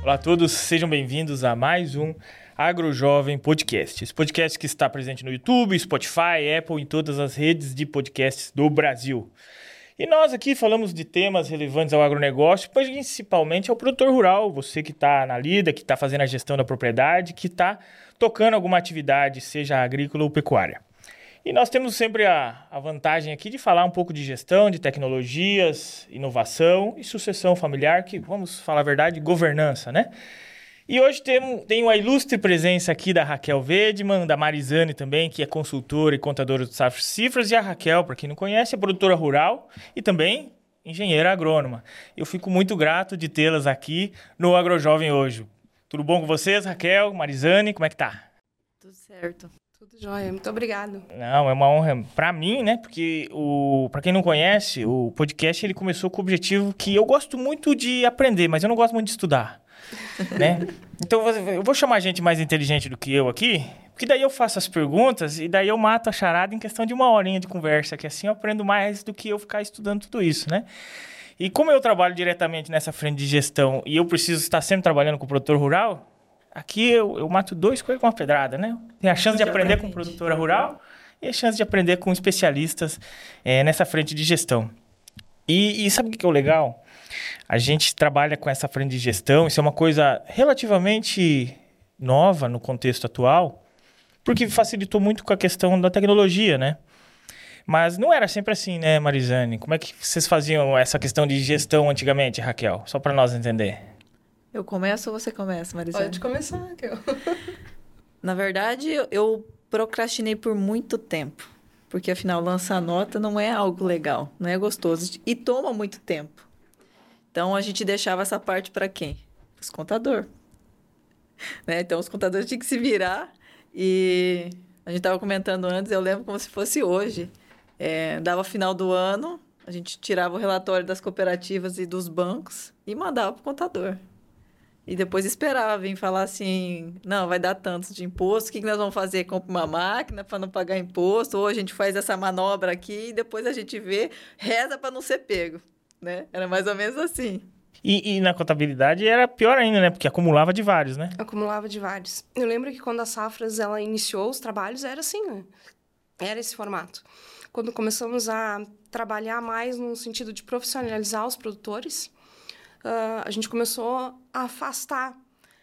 Olá a todos, sejam bem-vindos a mais um AgroJovem Podcast. Esse podcast que está presente no YouTube, Spotify, Apple e em todas as redes de podcasts do Brasil. E nós aqui falamos de temas relevantes ao agronegócio, principalmente ao produtor rural, você que está na lida, que está fazendo a gestão da propriedade, que está tocando alguma atividade, seja agrícola ou pecuária. E nós temos sempre a vantagem aqui de falar um pouco de gestão, de tecnologias, inovação e sucessão familiar, que, vamos falar a verdade, governança, né? E hoje tenho a ilustre presença aqui da Raquel Wedman, da Marizane também, que é consultora e contadora do Safras e Cifras, e a Raquel, para quem não conhece, é produtora rural e também engenheira agrônoma. Eu fico muito grato de tê-las aqui no AgroJovem hoje. Tudo bom com vocês, Raquel, Marizane? Como é que tá? Tudo certo. Tudo jóia, muito obrigado. Não, é uma honra para mim, né? Porque, para quem não conhece, o podcast ele começou com o objetivo que eu gosto muito de aprender, mas eu não gosto muito de estudar, né? Então, eu vou chamar gente mais inteligente do que eu aqui, porque daí eu faço as perguntas e daí eu mato a charada em questão de uma horinha de conversa, que assim eu aprendo mais do que eu ficar estudando tudo isso, né? E como eu trabalho diretamente nessa frente de gestão e eu preciso estar sempre trabalhando com o produtor rural, aqui eu mato dois coelhos com uma pedrada, né? Tem a chance de aprender com produtora rural e a chance de aprender com especialistas nessa frente de gestão. E sabe o que é o legal? A gente trabalha com essa frente de gestão, isso é uma coisa relativamente nova no contexto atual, porque facilitou muito com a questão da tecnologia, né? Mas não era sempre assim, né, Marizane? Como é que vocês faziam essa questão de gestão antigamente, Raquel? Só para nós entender. Eu começo ou você começa, Marizane? Pode começar, Raquel. Na verdade, eu procrastinei por muito tempo. Porque, afinal, lançar nota não é algo legal, não é gostoso. E toma muito tempo. Então, a gente deixava essa parte para quem? Os contadores. Né? Então, os contadores tinham que se virar. E a gente estava comentando antes, eu lembro como se fosse hoje. Dava final do ano, a gente tirava o relatório das cooperativas e dos bancos e mandava para o contador. E depois esperava vir falar assim, não, vai dar tantos de imposto, o que nós vamos fazer? Compra uma máquina para não pagar imposto, ou a gente faz essa manobra aqui e depois a gente vê, reza para não ser pego, né? Era mais ou menos assim. E na contabilidade era pior ainda, né? Porque acumulava de vários, né? Acumulava de vários. Eu lembro que quando a Safras ela iniciou os trabalhos, era assim, né? Era esse formato. Quando começamos a trabalhar mais no sentido de profissionalizar os produtores, a gente começou a afastar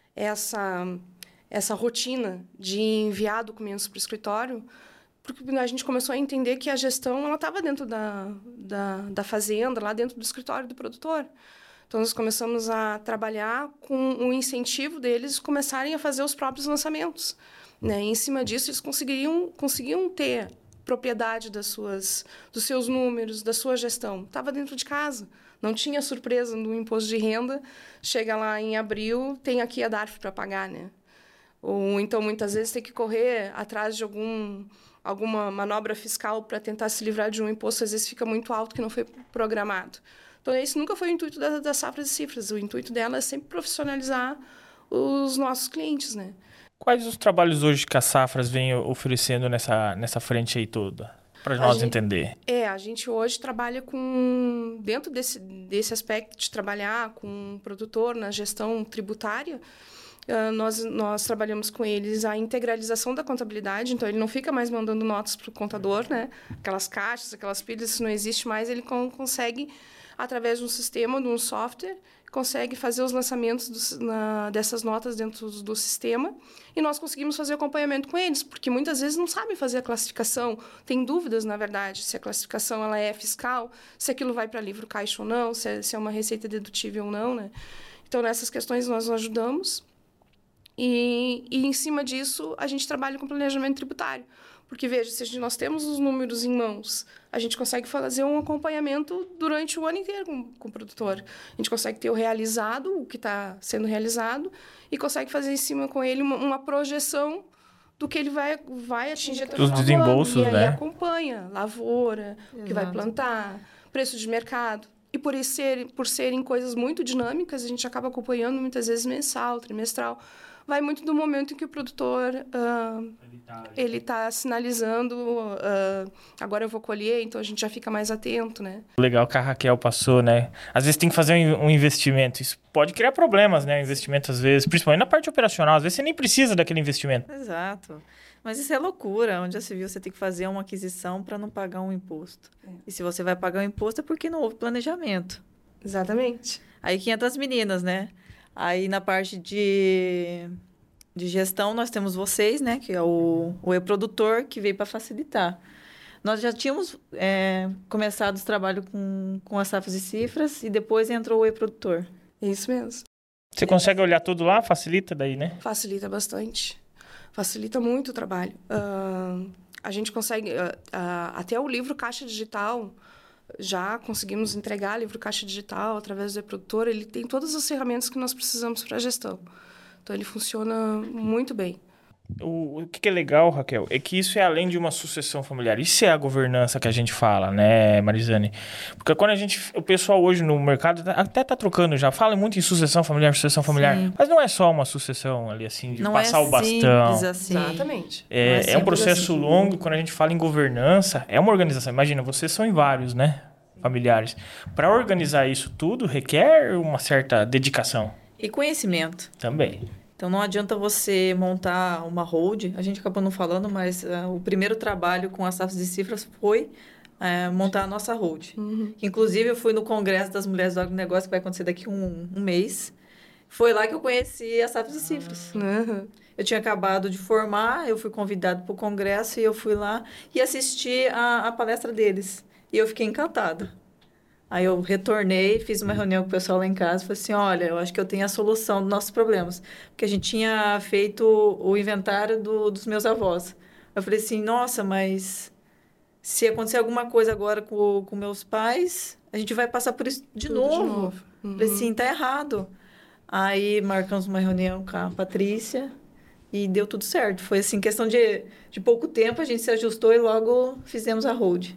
essa rotina de enviar documentos para o escritório, porque a gente começou a entender que a gestão estava dentro da fazenda, lá dentro do escritório do produtor. Então, nós começamos a trabalhar com o incentivo deles começarem a fazer os próprios lançamentos, né? E, em cima disso, eles conseguiam ter propriedade dos seus números, da sua gestão. Estava dentro de casa. Não tinha surpresa no imposto de renda. Chega lá em abril, tem aqui a DARF para pagar, né? Ou então, muitas vezes, tem que correr atrás de alguma manobra fiscal para tentar se livrar de um imposto, às vezes fica muito alto, que não foi programado. Então, esse nunca foi o intuito da Safras e Cifras. O intuito dela é sempre profissionalizar os nossos clientes, né? Quais os trabalhos hoje que a Safras vem oferecendo nessa frente aí toda? Para nós entender. A gente hoje trabalha dentro desse aspecto de trabalhar com o produtor na gestão tributária, nós trabalhamos com eles a integralização da contabilidade, então ele não fica mais mandando notas para o contador, né? Aquelas caixas, aquelas pilhas, isso não existe mais, ele consegue, através de um sistema, de um software, consegue fazer os lançamentos dessas notas dentro do sistema e nós conseguimos fazer acompanhamento com eles, porque muitas vezes não sabem fazer a classificação, tem dúvidas, na verdade, se a classificação ela é fiscal, se aquilo vai para livro caixa ou não, se é uma receita dedutível ou não, né? Então, nessas questões nós ajudamos e em cima disso, a gente trabalha com planejamento tributário. Porque, veja, se nós temos os números em mãos, a gente consegue fazer um acompanhamento durante o ano inteiro com o produtor. A gente consegue ter o realizado, o que está sendo realizado, e consegue fazer em cima com ele uma projeção do que ele vai atingir até o final do ano. E aí acompanha lavoura, o que vai plantar, preço de mercado. E por serem coisas muito dinâmicas, a gente acaba acompanhando muitas vezes mensal, trimestral. vai muito do momento em que o produtor ele está sinalizando, agora eu vou colher, então a gente já fica mais atento, né? Legal que a Raquel passou, né? Às vezes tem que fazer um investimento. Isso pode criar problemas, né? O investimento, às vezes, principalmente na parte operacional. Às vezes você nem precisa daquele investimento. Exato. Mas isso é loucura. Onde já se viu, você tem que fazer uma aquisição para não pagar um imposto. E se você vai pagar um imposto é porque não houve planejamento. Exatamente. Aí que entra as meninas, né? Aí na parte de gestão nós temos vocês, né? Que é o e-produtor que veio para facilitar. Nós já tínhamos começado o trabalho com as safras e cifras e depois entrou o e-produtor. Isso mesmo. Você consegue olhar tudo lá? Facilita daí, né? Facilita bastante. Facilita muito o trabalho. A gente consegue... até o livro Caixa Digital, já conseguimos entregar livro Caixa Digital através do e-produtor. Ele tem todas as ferramentas que nós precisamos para a gestão. Então, ele funciona muito bem. O que é legal, Raquel, é que isso é além de uma sucessão familiar. Isso é a governança que a gente fala, né, Marizane? Porque quando o pessoal hoje no mercado até tá trocando já, fala muito em sucessão familiar, Sim. mas não é só uma sucessão ali, assim, de não passar o bastão. Assim. Exatamente. É um processo longo, quando a gente fala em governança, é uma organização. Imagina, vocês são em vários, né, familiares. Para organizar isso tudo, requer uma certa dedicação. E conhecimento. Também. Então, não adianta você montar uma hold. A gente acabou não falando, mas o primeiro trabalho com as safras e cifras foi montar a nossa hold. Uhum. Inclusive, eu fui no Congresso das Mulheres do Agronegócio, que vai acontecer daqui um mês. Foi lá que eu conheci as safras e cifras. Uhum. Eu tinha acabado de formar, eu fui convidado para o Congresso e eu fui lá e assisti a palestra deles. E eu fiquei encantada. Aí eu retornei, fiz uma reunião com o pessoal lá em casa e falei assim, olha, eu acho que eu tenho a solução dos nossos problemas. Porque a gente tinha feito o inventário dos meus avós. Eu falei assim, nossa, mas se acontecer alguma coisa agora com meus pais, a gente vai passar por isso de novo. Uhum. Falei assim, tá errado. Aí marcamos uma reunião com a Patrícia e deu tudo certo. Foi assim, questão de pouco tempo, a gente se ajustou e logo fizemos a hold.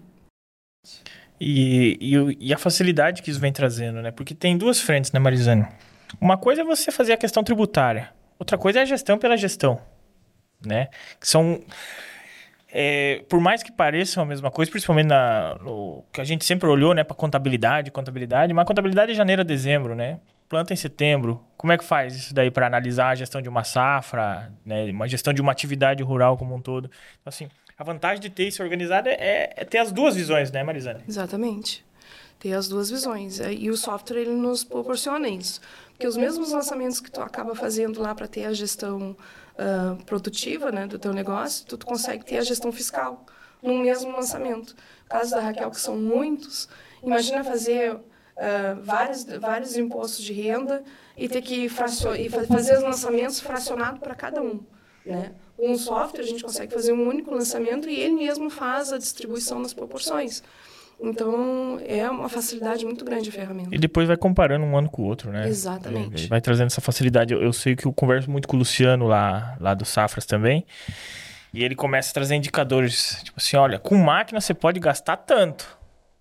E a facilidade que isso vem trazendo, né? Porque tem duas frentes, né, Marizane? Uma coisa é você fazer a questão tributária. Outra coisa é a gestão pela gestão, né? Que são... por mais que pareçam a mesma coisa, principalmente no que a gente sempre olhou, né? Para contabilidade, mas contabilidade é janeiro a dezembro, né? Planta em setembro. Como é que faz isso daí para analisar a gestão de uma safra, né? Uma gestão de uma atividade rural como um todo? Então, assim... A vantagem de ter isso organizado é ter as duas visões, né, Marizane? Exatamente. Ter as duas visões. E o software, ele nos proporciona isso. Porque os mesmos lançamentos que tu acaba fazendo lá para ter a gestão produtiva, né, do teu negócio, tu consegue ter a gestão fiscal num mesmo lançamento. No caso da Raquel, que são muitos, imagina fazer vários impostos de renda e ter que fazer os lançamentos fracionados para cada um, né? Com o software, a gente consegue fazer um único lançamento e ele mesmo faz a distribuição nas proporções. Então, é uma facilidade muito grande a ferramenta. E depois vai comparando um ano com o outro, né? Exatamente. Vai trazendo essa facilidade. Eu sei que eu converso muito com o Luciano lá do Safras também. E ele começa a trazer indicadores. Tipo assim, olha, com máquina você pode gastar tanto.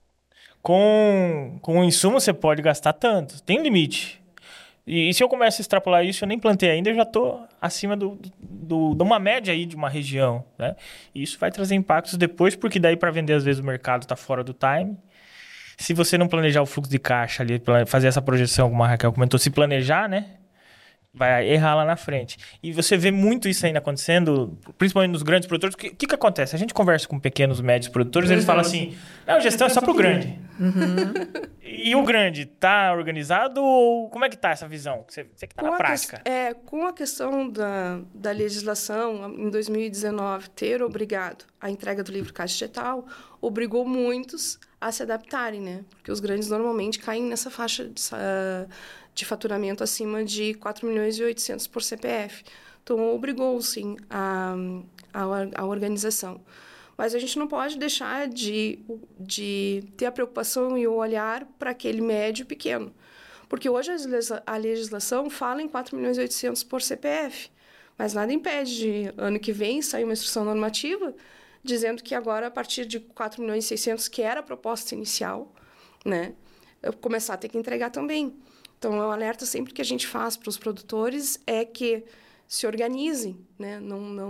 Com insumo você pode gastar tanto. Tem limite. E se eu começo a extrapolar isso, eu nem plantei ainda, eu já estou acima de uma média aí de uma região, né? E isso vai trazer impactos depois, porque daí para vender, às vezes, o mercado está fora do time. Se você não planejar o fluxo de caixa ali, fazer essa projeção, como a Raquel comentou, se planejar, né? Vai errar lá na frente. E você vê muito isso ainda acontecendo, principalmente nos grandes produtores. O que acontece? A gente conversa com pequenos, médios produtores, eles falam assim, não, gestão é só pro grande. Uhum. E o grande, tá organizado ou como é que tá essa visão? Você que tá na prática. Com a questão da legislação, em 2019, ter obrigado a entrega do livro Caixa Digital, obrigou muitos a se adaptarem, né? Porque os grandes normalmente caem nessa faixa de faturamento acima de 4.800.000 por CPF. Então, obrigou, sim, a organização. Mas a gente não pode deixar de ter a preocupação e o olhar para aquele médio e pequeno. Porque hoje a legislação fala em 4.800.000 por CPF, mas nada impede de, ano que vem, sair uma instrução normativa dizendo que agora, a partir de 4.600.000, que era a proposta inicial, né, começar a ter que entregar também. Então, o alerta sempre que a gente faz para os produtores é que se organizem, né?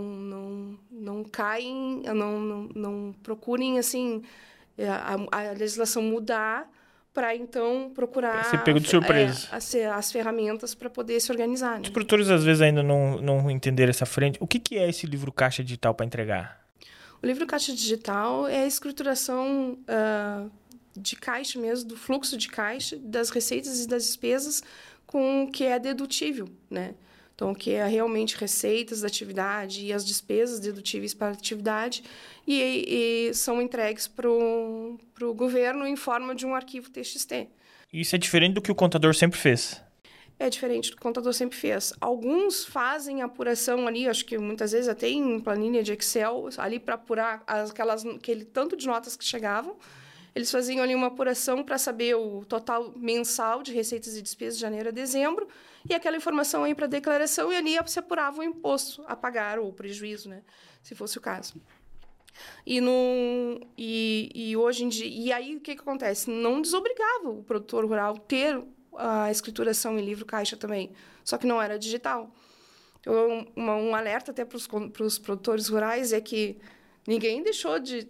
Não caem, não procurem, assim, a legislação mudar para, então, procurar Ser pego de surpresa. as ferramentas para poder se organizar, né? Os produtores, às vezes, ainda não entenderam essa frente. O que é esse livro caixa digital para entregar? O livro caixa digital é a escrituração de caixa mesmo, do fluxo de caixa, das receitas e das despesas com o que é dedutível, né? Então, o que é realmente receitas da atividade e as despesas dedutíveis para a atividade e são entregues para o governo em forma de um arquivo TXT. Isso é diferente do que o contador sempre fez. É diferente do que o contador sempre fez. Alguns fazem apuração ali, acho que muitas vezes até em planilha de Excel, ali para apurar aquele tanto de notas que chegavam. Eles faziam ali uma apuração para saber o total mensal de receitas e despesas de janeiro a dezembro, e aquela informação aí para declaração, e ali se apurava o imposto a pagar, ou o prejuízo, né? Se fosse o caso. E hoje em dia... E aí, o que acontece? Não desobrigava o produtor rural ter a escrituração em livro caixa também, só que não era digital. Então, um alerta até para os produtores rurais é que ninguém deixou de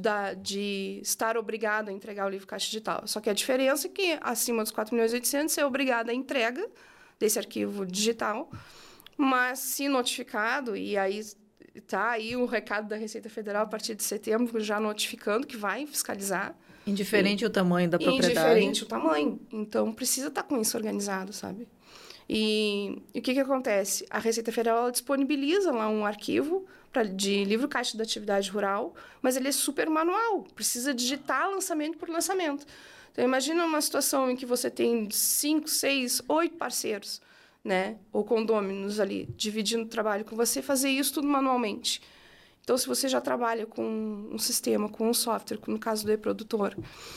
estar obrigado a entregar o livro caixa digital. Só que a diferença é que, acima dos 4.800.000, é obrigado a entrega desse arquivo digital, mas se notificado, e aí está aí o recado da Receita Federal a partir de setembro, já notificando que vai fiscalizar. Indiferente o tamanho da propriedade. Indiferente o tamanho. Então, precisa estar com isso organizado, sabe? E o que acontece? A Receita Federal ela disponibiliza lá um arquivo de livro caixa da atividade rural, mas ele é super manual. Precisa digitar lançamento por lançamento. Então, imagina uma situação em que você tem 5, 6, 8 parceiros, né? Ou condôminos ali, dividindo o trabalho com você, fazer isso tudo manualmente. Então, se você já trabalha com um sistema, com um software, no caso do e-produtor,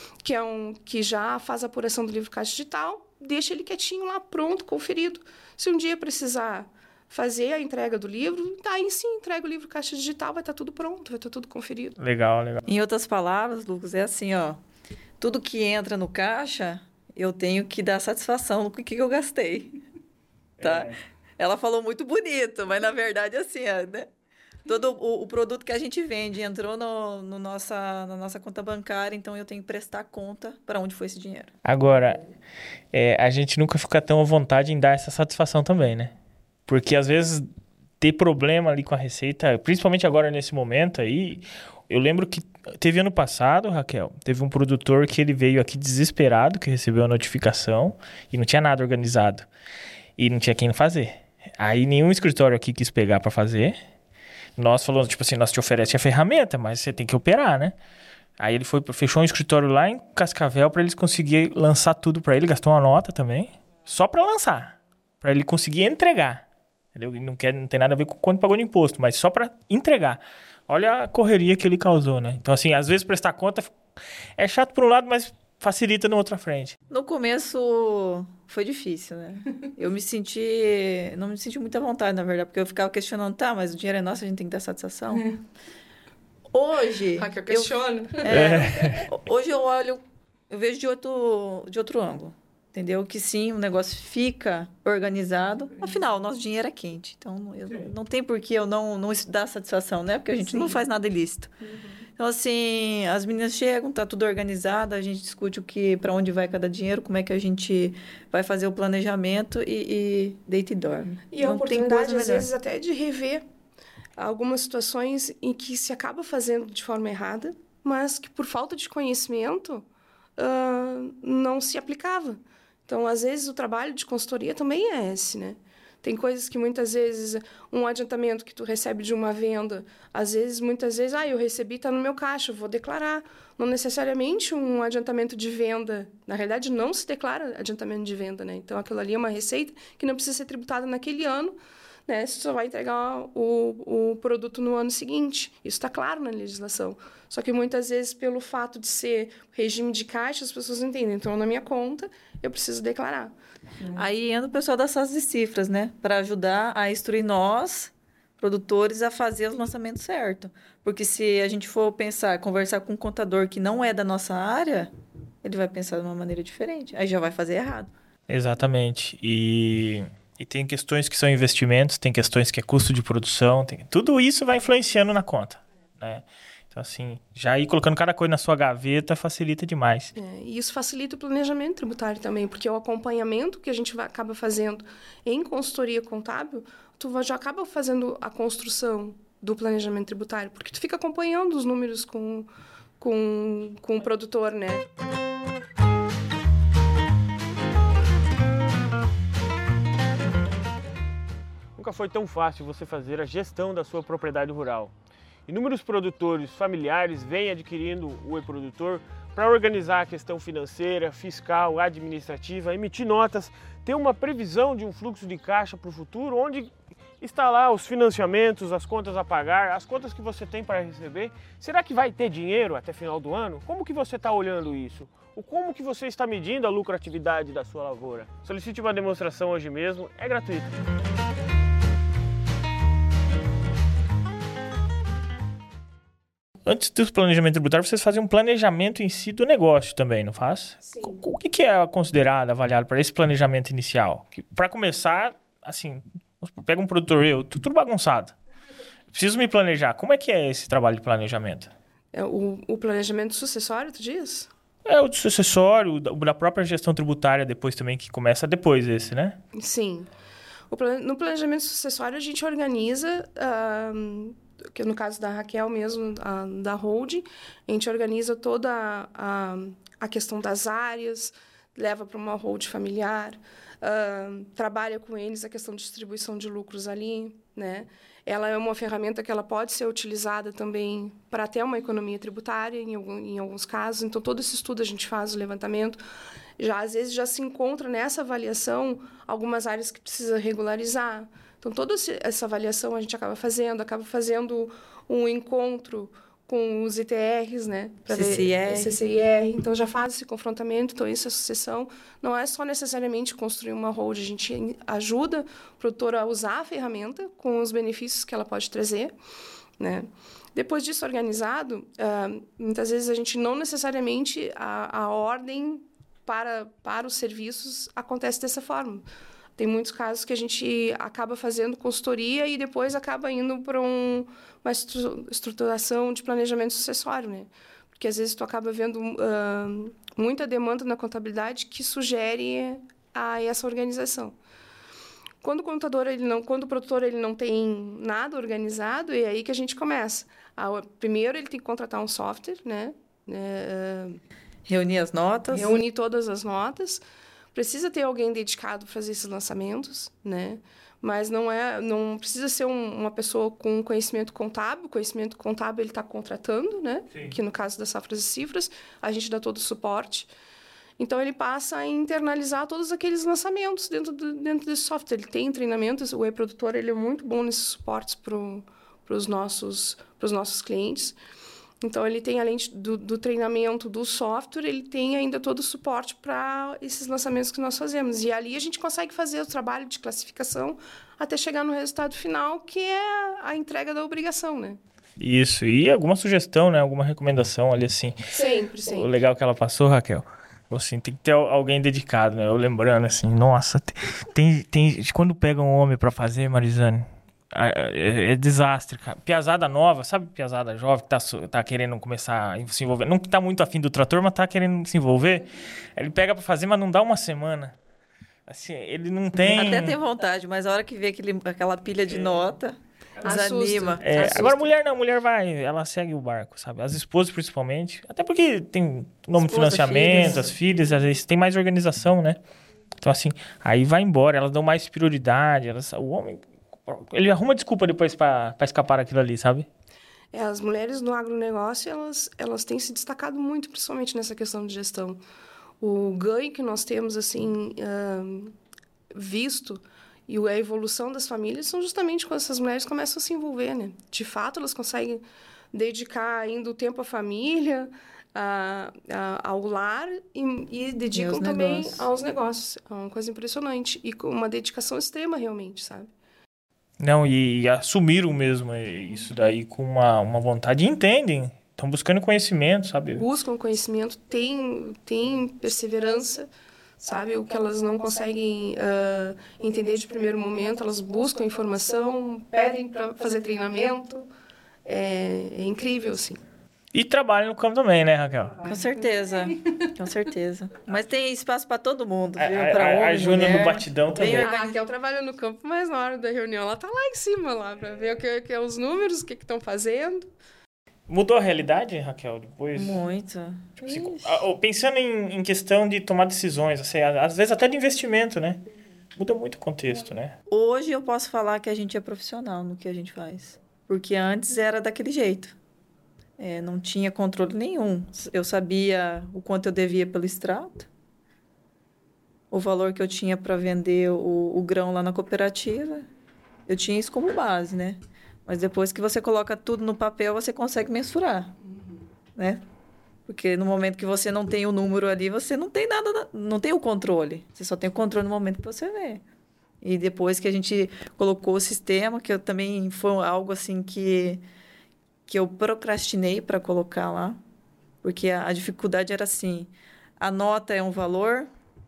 que já faz a apuração do livro caixa digital, deixa ele quietinho lá, pronto, conferido. Se um dia precisar fazer a entrega do livro, daí sim, entrega o livro caixa digital, vai estar tudo pronto, vai estar tudo conferido. Legal, legal. Em outras palavras, Lucas, é assim, ó, tudo que entra no caixa, eu tenho que dar satisfação no que eu gastei, tá? Ela falou muito bonito, mas na verdade assim, né? Todo o produto que a gente vende entrou na nossa conta bancária, então eu tenho que prestar conta para onde foi esse dinheiro. Agora, a gente nunca fica tão à vontade em dar essa satisfação também, né? Porque às vezes ter problema ali com a receita, principalmente agora nesse momento aí, eu lembro que teve ano passado, Raquel, teve um produtor que ele veio aqui desesperado, que recebeu a notificação e não tinha nada organizado. E não tinha quem fazer. Aí nenhum escritório aqui quis pegar para fazer. Nós falamos, tipo assim, nós te oferecemos a ferramenta, mas você tem que operar, né? Aí ele fechou um escritório lá em Cascavel para eles conseguirem lançar tudo para ele. Gastou uma nota também, só para lançar. Para ele conseguir entregar. Entendeu? Não tem nada a ver com quanto pagou de imposto, mas só para entregar. Olha a correria que ele causou, né? Então, assim, às vezes prestar conta é chato por um lado, mas facilita na outra frente. No começo foi difícil, né? Não me senti muito à vontade, na verdade, porque eu ficava questionando, tá, mas o dinheiro é nosso, a gente tem que dar satisfação. Hoje... que eu questiono. Hoje eu vejo de outro ângulo, entendeu? Que sim, o negócio fica organizado. Afinal, o nosso dinheiro é quente, então não tem por que eu não dar satisfação, né? Porque a gente não faz nada ilícito. Então, assim, as meninas chegam, tá tudo organizado, a gente discute para onde vai cada dinheiro, como é que a gente vai fazer o planejamento e deita e dorme. E a oportunidade, às vezes, até de rever algumas situações em que se acaba fazendo de forma errada, mas que, por falta de conhecimento, não se aplicava. Então, às vezes, o trabalho de consultoria também é esse, né? Tem coisas que, muitas vezes, um adiantamento que tu recebe de uma venda, muitas vezes, eu recebi, está no meu caixa, eu vou declarar. Não necessariamente um adiantamento de venda. Na realidade, não se declara adiantamento de venda, né? Então, aquilo ali é uma receita que não precisa ser tributada naquele ano, né? Você só vai entregar o produto no ano seguinte. Isso está claro na legislação. Só que, muitas vezes, pelo fato de ser regime de caixa, as pessoas não entendem. Então, na minha conta, eu preciso declarar. Aí entra o pessoal das salas de cifras, né? Para ajudar a instruir nós, produtores, a fazer os lançamentos certos. Porque se a gente for conversar com um contador que não é da nossa área, ele vai pensar de uma maneira diferente. Aí já vai fazer errado. Exatamente. E E tem questões que são investimentos, tem questões que é custo de produção, tudo isso vai influenciando na conta, né? Então, assim, já ir colocando cada coisa na sua gaveta facilita demais. E isso facilita o planejamento tributário também, porque o acompanhamento que a gente acaba fazendo em consultoria contábil, tu já acaba fazendo a construção do planejamento tributário, porque tu fica acompanhando os números com o produtor, né? Nunca foi tão fácil você fazer a gestão da sua propriedade rural. Inúmeros produtores familiares vêm adquirindo o e-produtor para organizar a questão financeira, fiscal, administrativa, emitir notas, ter uma previsão de um fluxo de caixa para o futuro, onde está lá os financiamentos, as contas a pagar, as contas que você tem para receber. Será que vai ter dinheiro até final do ano? Como que você está olhando isso? Ou como que você está medindo a lucratividade da sua lavoura? Solicite uma demonstração hoje mesmo, é gratuito. Antes do planejamento tributário, vocês fazem um planejamento em si do negócio também, não faz? Sim. O que é considerado, avaliado para esse planejamento inicial? Para começar, assim, pega um produtor, eu, tudo bagunçado. Preciso me planejar. Como é que é esse trabalho de planejamento? O planejamento sucessório, tu diz? É o sucessório, da própria gestão tributária depois também, que começa depois esse, né? Sim. No planejamento sucessório, a gente organiza... que no caso da Raquel mesmo, da holding, a gente organiza toda a questão das áreas, leva para uma holding familiar, trabalha com eles a questão de distribuição de lucros ali, né? Ela é uma ferramenta que ela pode ser utilizada também para ter uma economia tributária, em alguns casos. Então, todo esse estudo a gente faz, o levantamento. Às vezes, já se encontra nessa avaliação algumas áreas que precisa regularizar. Então, toda essa avaliação a gente acaba fazendo um encontro com os ITRs, né? CCIR. Então, já faz esse confrontamento. Então, essa sucessão não é só necessariamente construir uma holding. A gente ajuda o produtor a usar a ferramenta com os benefícios que ela pode trazer, né? Depois disso organizado, muitas vezes a gente não necessariamente a ordem para os serviços acontece dessa forma. Tem muitos casos que a gente acaba fazendo consultoria e depois acaba indo para uma estruturação de planejamento sucessório, né? Porque, às vezes, tu acaba vendo muita demanda na contabilidade que sugere a essa organização. Quando o produtor ele não tem nada organizado, é aí que a gente começa. Primeiro, ele tem que contratar um software, né? Reunir as notas. Reunir todas as notas. Precisa ter alguém dedicado para fazer esses lançamentos, né? Mas não precisa ser uma pessoa com conhecimento contábil. O conhecimento contábil ele está contratando, né? Sim. Que no caso das safras e cifras, a gente dá todo o suporte. Então, ele passa a internalizar todos aqueles lançamentos dentro desse software. Ele tem treinamentos, o e-produtor ele é muito bom nesses suportes para os nossos clientes. Então, ele tem, além do treinamento do software, ele tem ainda todo o suporte para esses lançamentos que nós fazemos. E ali a gente consegue fazer o trabalho de classificação até chegar no resultado final, que é a entrega da obrigação, né? Isso. E alguma sugestão, né? Alguma recomendação ali, assim. Sempre. O legal que ela passou, Raquel, assim, tem que ter alguém dedicado, né? Eu lembrando, assim, nossa, tem quando pega um homem para fazer, Marizane, é desastre, cara. Piazada nova, sabe? Piazada jovem que tá querendo começar a se envolver. Não tá muito afim do trator, mas tá querendo se envolver. Ele pega pra fazer, mas não dá uma semana. Assim, ele não tem... Até tem vontade, mas a hora que vê aquela pilha de nota, desanima. Agora mulher vai, ela segue o barco, sabe? As esposas principalmente. Até porque tem nome de financiamento, filhas. As filhas, às vezes tem mais organização, né? Então assim, aí vai embora, elas dão mais prioridade. O homem... Ele arruma desculpa depois para escapar daquilo ali, sabe? As mulheres no agronegócio, elas têm se destacado muito, principalmente nessa questão de gestão. O ganho que nós temos, assim, visto e a evolução das famílias são justamente quando essas mulheres começam a se envolver, né? De fato, elas conseguem dedicar ainda o tempo à família, ao lar e dedicam também aos negócios. É uma coisa impressionante e com uma dedicação extrema, realmente, sabe? Não, e assumiram mesmo isso daí com uma vontade e entendem. Estão buscando conhecimento, sabe? Buscam conhecimento, têm perseverança, sabe? O que elas não conseguem entender de primeiro momento, elas buscam informação, pedem para fazer treinamento. É incrível, assim. E trabalha no campo também, né, Raquel? Com certeza, com certeza. Mas tem espaço para todo mundo, viu? Para homem, a Júnior mulher. no batidão também. A Raquel trabalha no campo, mas na hora da reunião ela tá lá em cima, lá, para ver o que é os números, o que estão fazendo. Mudou a realidade, Raquel, depois? Muito. Tipo, pensando em questão de tomar decisões, assim, às vezes até de investimento, né? Muda muito o contexto, né? Hoje eu posso falar que a gente é profissional no que a gente faz. Porque antes era daquele jeito. Não tinha controle nenhum. Eu sabia o quanto eu devia pelo extrato, o valor que eu tinha para vender o grão lá na cooperativa. Eu tinha isso como base, né? Mas depois que você coloca tudo no papel, você consegue mensurar, né? Porque no momento que você não tem o número ali, você não tem nada, não tem o controle. Você só tem o controle no momento que você vê. E depois que a gente colocou o sistema, que eu também foi algo assim que eu procrastinei para colocar lá, porque a dificuldade era assim, a nota é um valor,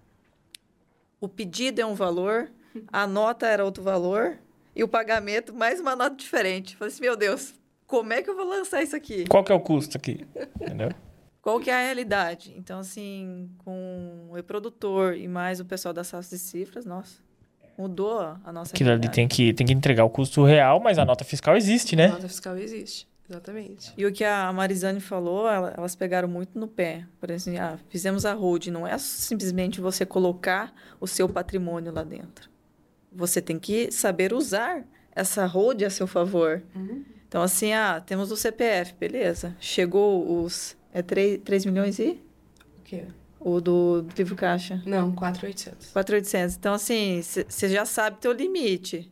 o pedido é um valor, a nota era outro valor, e o pagamento mais uma nota diferente. Falei assim, meu Deus, como é que eu vou lançar isso aqui? Qual que é o custo aqui? Entendeu? Qual que é a realidade? Então, assim, com o produtor e mais o pessoal das safras de cifras, nossa, mudou a nossa Aquilo ali realidade. tem que entregar o custo real, mas a nota fiscal existe, né? A nota fiscal existe, exatamente. E o que a Marizane falou, elas pegaram muito no pé. Por exemplo, fizemos a hold, não é simplesmente você colocar o seu patrimônio lá dentro. Você tem que saber usar essa hold a seu favor. Então, assim, temos o CPF, beleza. Chegou os... 3 milhões e... O quê? O do livro caixa. Não, 4.800. 4.800. Então, assim, você já sabe teu limite.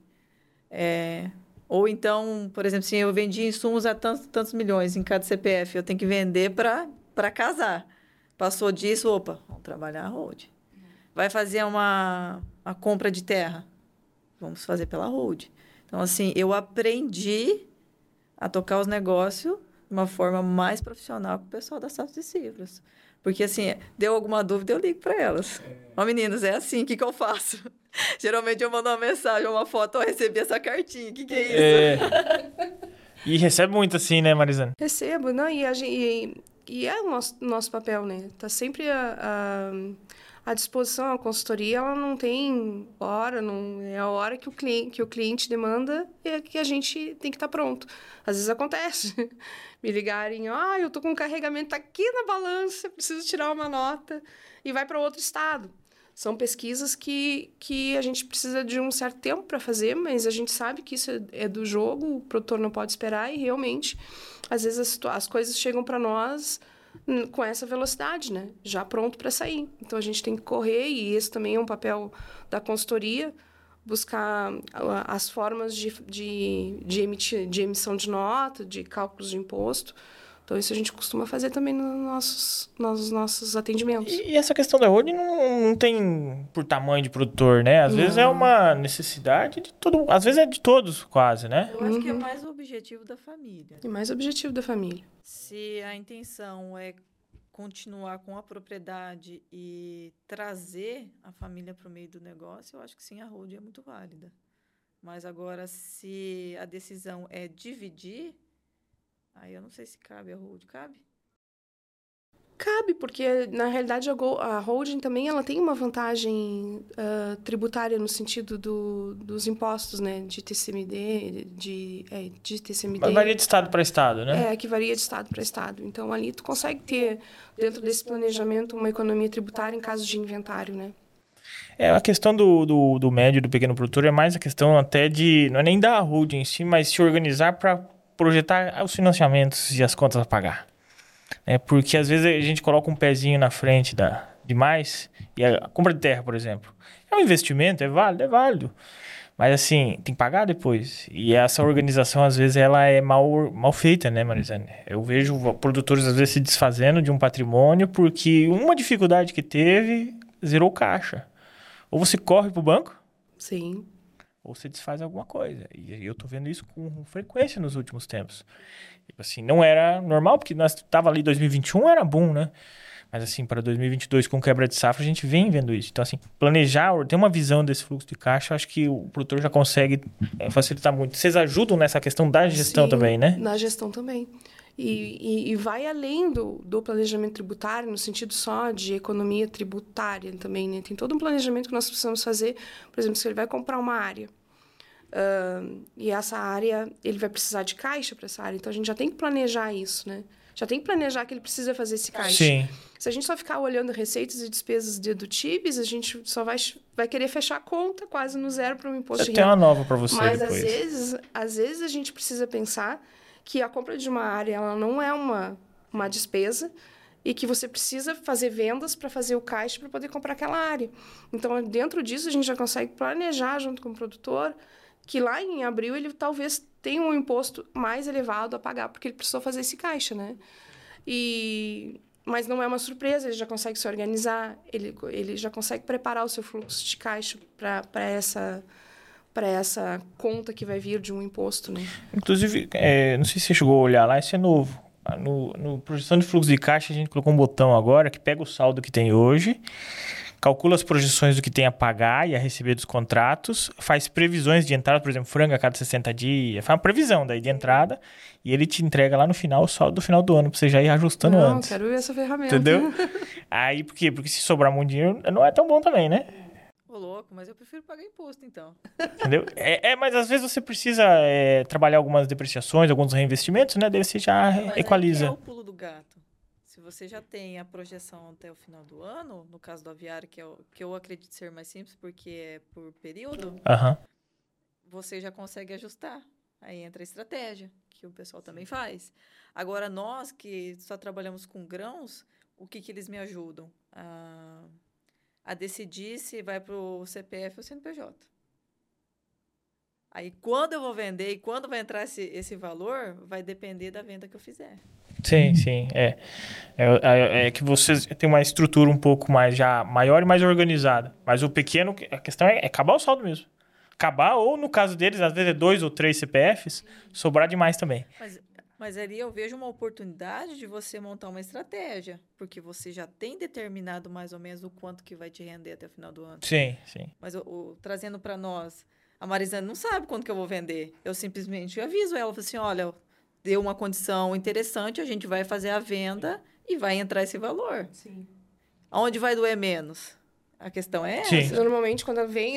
Ou então, por exemplo, se eu vendi insumos a tantos milhões em cada CPF, eu tenho que vender para casar. Passou disso, opa, vamos trabalhar a hold. Vai fazer uma compra de terra? Vamos fazer pela hold. Então, assim, eu aprendi a tocar os negócios de uma forma mais profissional com o pessoal das safras de cifras. Porque, assim, deu alguma dúvida, eu ligo para elas. Ó, meninas, é assim, o que eu faço? Geralmente eu mando uma mensagem, uma foto, eu recebi essa cartinha, o que é isso? E recebe muito assim, né, Marizane? Recebo, não, e é o nosso papel, né? Tá sempre à disposição, a consultoria, ela não tem hora, não é a hora que o cliente demanda é que a gente tem que estar pronto. Às vezes acontece, me ligarem, eu tô com um carregamento aqui na balança, preciso tirar uma nota, e vai para outro estado. São pesquisas que a gente precisa de um certo tempo para fazer, mas a gente sabe que isso é do jogo, o produtor não pode esperar e realmente, às vezes as coisas chegam para nós com essa velocidade, né? Já pronto para sair. Então, a gente tem que correr e esse também é um papel da consultoria, buscar as formas de emissão de nota, de cálculos de imposto. Então, isso a gente costuma fazer também nos nossos atendimentos. E essa questão da holding não tem por tamanho de produtor, né? Às vezes é uma necessidade de todo... Às vezes é de todos, quase, né? Eu acho que é mais o objetivo da família. E mais o objetivo da família. Se a intenção é continuar com a propriedade e trazer a família para o meio do negócio, eu acho que sim, a holding é muito válida. Mas agora, se a decisão é dividir... Aí eu não sei se cabe a holding. Cabe? Cabe, porque, na realidade, a holding também ela tem uma vantagem tributária no sentido dos impostos, né? De TCMD, de TCMD. Mas varia de estado para estado, né? Que varia de estado para estado. Então, ali tu consegue ter, dentro desse planejamento, uma economia tributária em caso de inventário, né? A questão do médio e do pequeno produtor é mais a questão até de... Não é nem da holding em si, mas se organizar para projetar os financiamentos e as contas a pagar. Porque às vezes a gente coloca um pezinho na frente demais, e a compra de terra, por exemplo, é um investimento, é válido. Mas assim, tem que pagar depois. E essa organização, às vezes, ela é mal feita, né, Marizane? Eu vejo produtores, às vezes, se desfazendo de um patrimônio porque uma dificuldade que teve, zerou caixa. Ou você corre para o banco... Sim. Ou você desfaz alguma coisa. E eu tô vendo isso com frequência nos últimos tempos. Tipo assim, não era normal, porque nós tava ali 2021, era boom, né? Mas assim, para 2022, com quebra de safra, a gente vem vendo isso. Então, assim, planejar, ter uma visão desse fluxo de caixa, eu acho que o produtor já consegue facilitar muito. Vocês ajudam nessa questão da gestão também, né? Na gestão também. E vai além do planejamento tributário, no sentido só de economia tributária também, né? Tem todo um planejamento que nós precisamos fazer. Por exemplo, se ele vai comprar uma área, e essa área, ele vai precisar de caixa para essa área. Então, a gente já tem que planejar isso, né? Já tem que planejar que ele precisa fazer esse caixa. Sim. Se a gente só ficar olhando receitas e despesas dedutíveis, a gente só vai querer fechar a conta quase no zero para um imposto de renda. Tem uma nova para você Mas, depois. às vezes, a gente precisa pensar que a compra de uma área ela não é uma despesa e que você precisa fazer vendas para fazer o caixa para poder comprar aquela área. Então, dentro disso, a gente já consegue planejar junto com o produtor que lá em abril ele talvez tenha um imposto mais elevado a pagar, porque ele precisou fazer esse caixa, né? Mas não é uma surpresa, ele já consegue se organizar, ele já consegue preparar o seu fluxo de caixa para essa conta que vai vir de um imposto, né? Inclusive, não sei se você chegou a olhar lá, isso é novo. No projeção de fluxo de caixa, a gente colocou um botão agora que pega o saldo que tem hoje, calcula as projeções do que tem a pagar e a receber dos contratos, faz previsões de entrada, por exemplo, frango a cada 60 dias, faz uma previsão daí de entrada e ele te entrega lá no final o saldo do final do ano, pra você já ir ajustando antes. Não, quero ver essa ferramenta. Entendeu? Aí, por quê? Porque se sobrar muito dinheiro, não é tão bom também, né? Ô, louco, mas eu prefiro pagar imposto, então. Entendeu? Mas às vezes você precisa trabalhar algumas depreciações, alguns reinvestimentos, né? Daí você já equaliza. Aí que é o pulo do gato. Se você já tem a projeção até o final do ano, no caso do aviário, que eu acredito ser mais simples, porque é por período, você já consegue ajustar. Aí entra a estratégia, que o pessoal também faz. Agora, nós que só trabalhamos com grãos, o que eles me ajudam? A decidir se vai para o CPF ou CNPJ. Aí, quando eu vou vender e quando vai entrar esse valor, vai depender da venda que eu fizer. Sim, sim. É que vocês têm uma estrutura um pouco mais já maior e mais organizada. Mas o pequeno, a questão é acabar o saldo mesmo. Acabar, ou no caso deles, às vezes é 2 ou 3 CPFs, sobrar demais também. Mas ali eu vejo uma oportunidade de você montar uma estratégia, porque você já tem determinado mais ou menos o quanto que vai te render até o final do ano. Sim, sim. Mas trazendo para nós, a Marizane não sabe quanto que eu vou vender. Eu simplesmente aviso ela, falo assim, olha, deu uma condição interessante, a gente vai fazer a venda e vai entrar esse valor. Sim. Aonde vai doer menos? A questão é Sim. essa. Normalmente, quando vem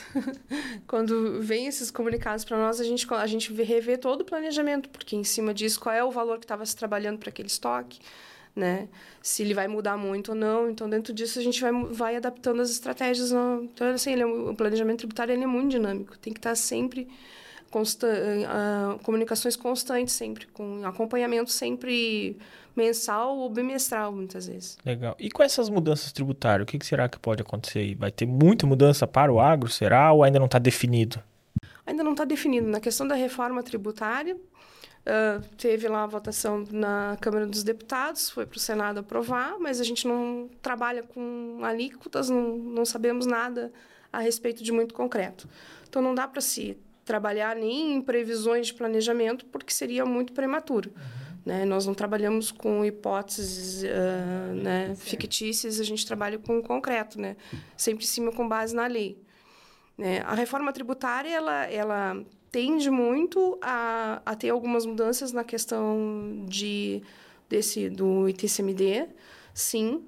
esses comunicados para nós, a gente revê todo o planejamento, porque em cima disso, qual é o valor que estava se trabalhando para aquele estoque, né? Se ele vai mudar muito ou não. Então, dentro disso, a gente vai adaptando as estratégias. Então, assim, o planejamento tributário ele é muito dinâmico. Tem que estar sempre comunicações constantes, sempre, com acompanhamento sempre mensal ou bimestral, muitas vezes. Legal. E com essas mudanças tributárias, o que será que pode acontecer aí? Vai ter muita mudança para o agro, será? Ou ainda não está definido? Ainda não está definido. Na questão da reforma tributária, teve lá a votação na Câmara dos Deputados, foi para o Senado aprovar, mas a gente não trabalha com alíquotas, não sabemos nada a respeito de muito concreto. Então, não dá para se trabalhar nem em previsões de planejamento, porque seria muito prematuro. Né? Nós não trabalhamos com hipóteses fictícias, a gente trabalha com o concreto, né? Sempre em cima com base na lei. Né? A reforma tributária ela tende muito a ter algumas mudanças na questão do ITCMD, sim.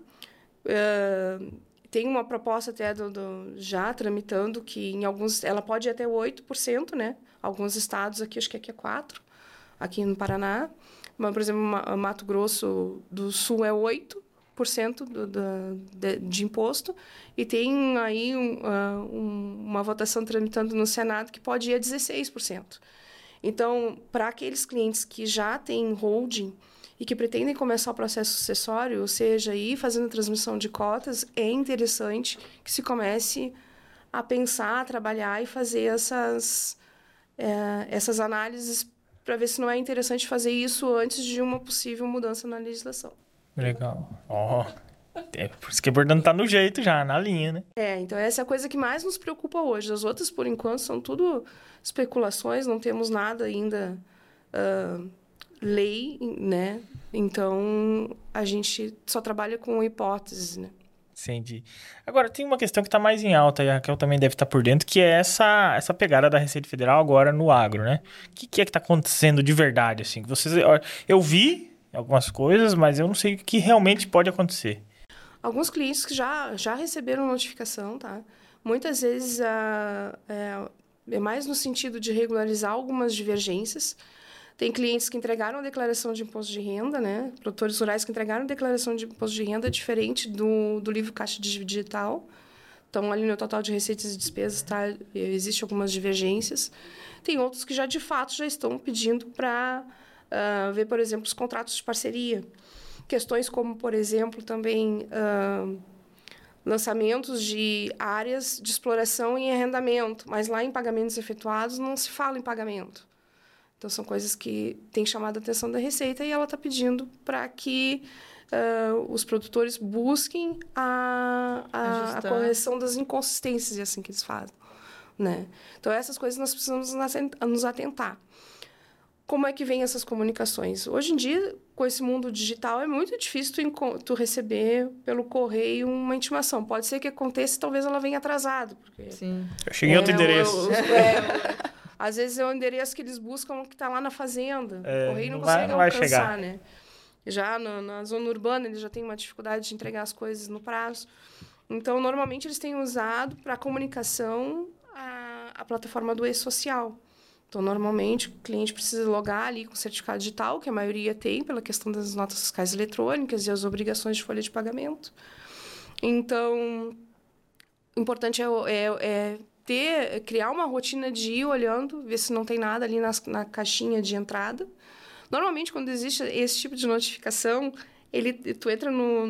Tem uma proposta até já tramitando que em alguns ela pode ir até 8%, né? Alguns estados aqui, acho que aqui é 4%, aqui no Paraná. Mas, por exemplo, Mato Grosso do Sul é 8% de imposto, e tem aí uma votação tramitando no Senado que pode ir a 16%. Então, para aqueles clientes que já têm holding e que pretendem começar o processo sucessório, ou seja, ir fazendo a transmissão de cotas, é interessante que se comece a pensar, a trabalhar e fazer essas análises para ver se não é interessante fazer isso antes de uma possível mudança na legislação. Legal. Por isso que é importante estar no jeito já, na linha, né? Então essa é a coisa que mais nos preocupa hoje. As outras, por enquanto, são tudo especulações, não temos nada ainda lei, né, Então, a gente só trabalha com hipóteses, né? Entendi. Agora, tem uma questão que está mais em alta, e a Raquel também deve estar por dentro, que é essa pegada da Receita Federal agora no agro, né? O que é que está acontecendo de verdade, assim? Eu vi algumas coisas, mas eu não sei o que realmente pode acontecer. Alguns clientes que já receberam notificação, tá? Muitas vezes é mais no sentido de regularizar algumas divergências. Tem clientes que entregaram a declaração de imposto de renda, né? Produtores rurais que entregaram a declaração de imposto de renda diferente do livro Caixa Digital. Então, ali no total de receitas e despesas, tá? Existem algumas divergências. Tem outros que de fato, já estão pedindo para ver, por exemplo, os contratos de parceria. Questões como, por exemplo, também lançamentos de áreas de exploração e arrendamento, mas lá em pagamentos efetuados não se fala em pagamento. Então, são coisas que têm chamado a atenção da Receita e ela está pedindo para que os produtores busquem a correção das inconsistências, é assim que eles fazem, né? Então, essas coisas nós precisamos nos atentar. Como é que vem essas comunicações? Hoje em dia, com esse mundo digital, é muito difícil tu receber pelo correio uma intimação. Pode ser que aconteça e talvez ela venha atrasada. Porque Sim. Eu cheguei em outro endereço. Às vezes é o endereço que eles buscam que está lá na fazenda. O correio não vai consegue alcançar, chegar. né? Já na zona urbana, eles já têm uma dificuldade de entregar as coisas no prazo. Então, normalmente, eles têm usado para comunicação a plataforma do e-social. Então, normalmente, o cliente precisa logar ali com o certificado digital, que a maioria tem, pela questão das notas fiscais eletrônicas e as obrigações de folha de pagamento. Então, o importante é criar uma rotina de ir olhando, ver se não tem nada ali na caixinha de entrada. Normalmente, quando existe esse tipo de notificação, tu entra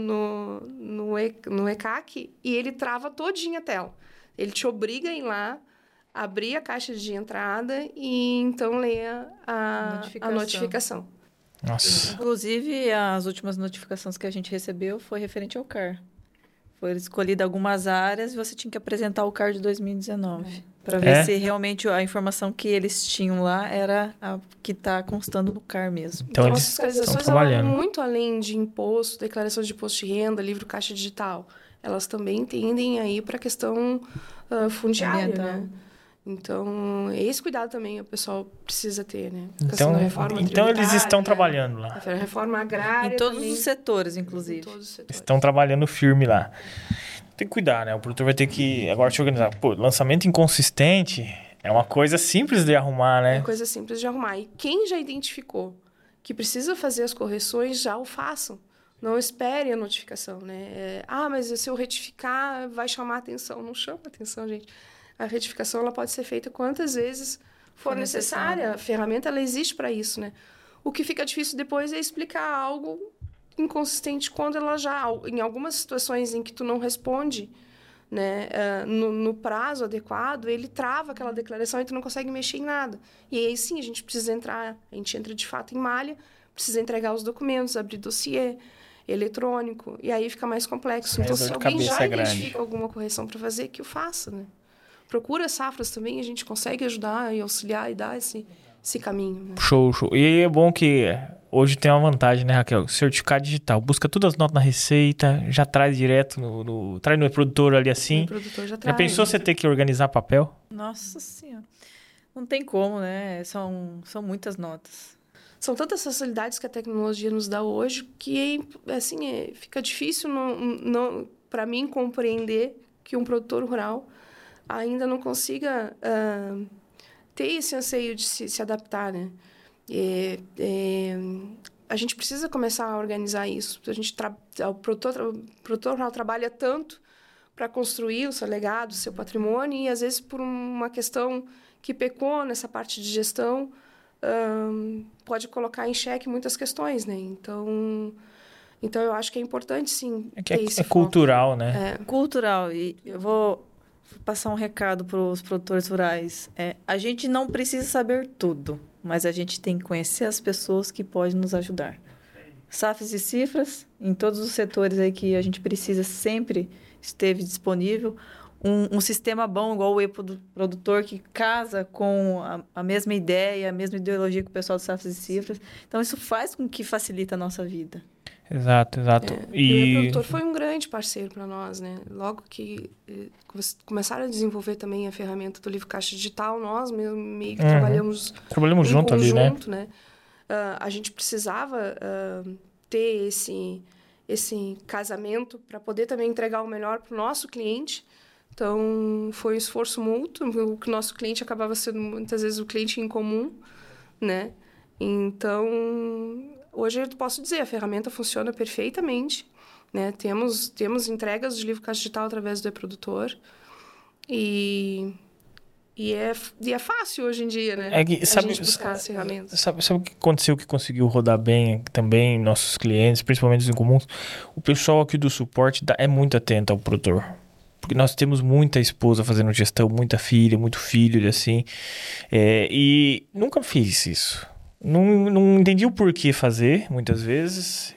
no ECAC e ele trava todinha a tela. Ele te obriga a ir lá, abrir a caixa de entrada e então ler a notificação. Nossa. Inclusive, as últimas notificações que a gente recebeu foi referente ao CAR. Foi escolhida algumas áreas e você tinha que apresentar o CAR de 2019. Para ver se realmente a informação que eles tinham lá era a que está constando no CAR mesmo. Então as eles fiscalizações estão trabalhando. Vão muito além de imposto, declaração de imposto de renda, livro Caixa Digital. Elas também tendem a ir para a questão fundiária, né? Então, esse cuidado também o pessoal precisa ter, né? Então eles estão trabalhando lá. A reforma agrária em todos também, os setores, inclusive. em todos os setores. Estão trabalhando firme lá. Tem que cuidar, né? O produtor vai ter que agora se organizar. Pô, lançamento inconsistente é uma coisa simples de arrumar, né? É coisa simples de arrumar. E quem já identificou que precisa fazer as correções, já o façam. Não espere a notificação, né? Mas se eu retificar, vai chamar atenção. Não chama atenção, gente. A retificação ela pode ser feita quantas vezes for necessária. A ferramenta ela existe para isso, né? O que fica difícil depois é explicar algo inconsistente quando ela já... Em algumas situações em que tu não responde, né, no prazo adequado, ele trava aquela declaração e tu não consegue mexer em nada. E aí, sim, a gente entra de fato em malha, precisa entregar os documentos, abrir dossiê eletrônico, e aí fica mais complexo. Então, se alguém já identifica alguma correção para fazer, que o faça, né? Procura safras também, a gente consegue ajudar e auxiliar e dar esse caminho. Né? Show. E é bom que hoje tem uma vantagem, né, Raquel? Certificado digital. Busca todas as notas na Receita, já traz direto traz no produtor ali assim. O produtor já traz. Já pensou você ter que organizar papel? Nossa Senhora. Não tem como, né? São muitas notas. São tantas facilidades que a tecnologia nos dá hoje que, assim, fica difícil para mim compreender que um produtor rural ainda não consiga ter esse anseio de se adaptar, né? A gente precisa começar a organizar isso. O produtor rural trabalha tanto para construir o seu legado, o seu patrimônio, e às vezes por uma questão que pecou nessa parte de gestão, pode colocar em xeque muitas questões, né? Então eu acho que é importante, sim, ter esse foco. Cultural, né? Cultural. E eu vou passar um recado para os produtores rurais. A gente não precisa saber tudo, mas a gente tem que conhecer as pessoas que podem nos ajudar. SAFs e cifras, em todos os setores aí que a gente precisa, sempre esteve disponível. um sistema bom, igual o e-produtor, que casa com a mesma ideia, a mesma ideologia que o pessoal do Safras e Cifras. Então, isso faz com que facilita a nossa vida. Exato. E o e-produtor foi um grande parceiro para nós, né? Logo que começaram a desenvolver também a ferramenta do livro caixa digital, nós mesmo meio que trabalhamos junto ali, né? A gente precisava ter esse casamento para poder também entregar o melhor para o nosso cliente. Então, foi um esforço mútuo, o que o nosso cliente acabava sendo muitas vezes o cliente em comum, né? Então, hoje eu posso dizer, a ferramenta funciona perfeitamente, né? Temos entregas de livro caixa digital através do e-produtor e é fácil hoje em dia, né? A gente buscar as ferramentas. Sabe o que aconteceu que conseguiu rodar bem também nossos clientes, principalmente os incomuns? O pessoal aqui do suporte é muito atento ao produtor. Porque nós temos muita esposa fazendo gestão, muita filha, muito filho, assim. E nunca fiz isso. Não entendi o porquê fazer, muitas vezes,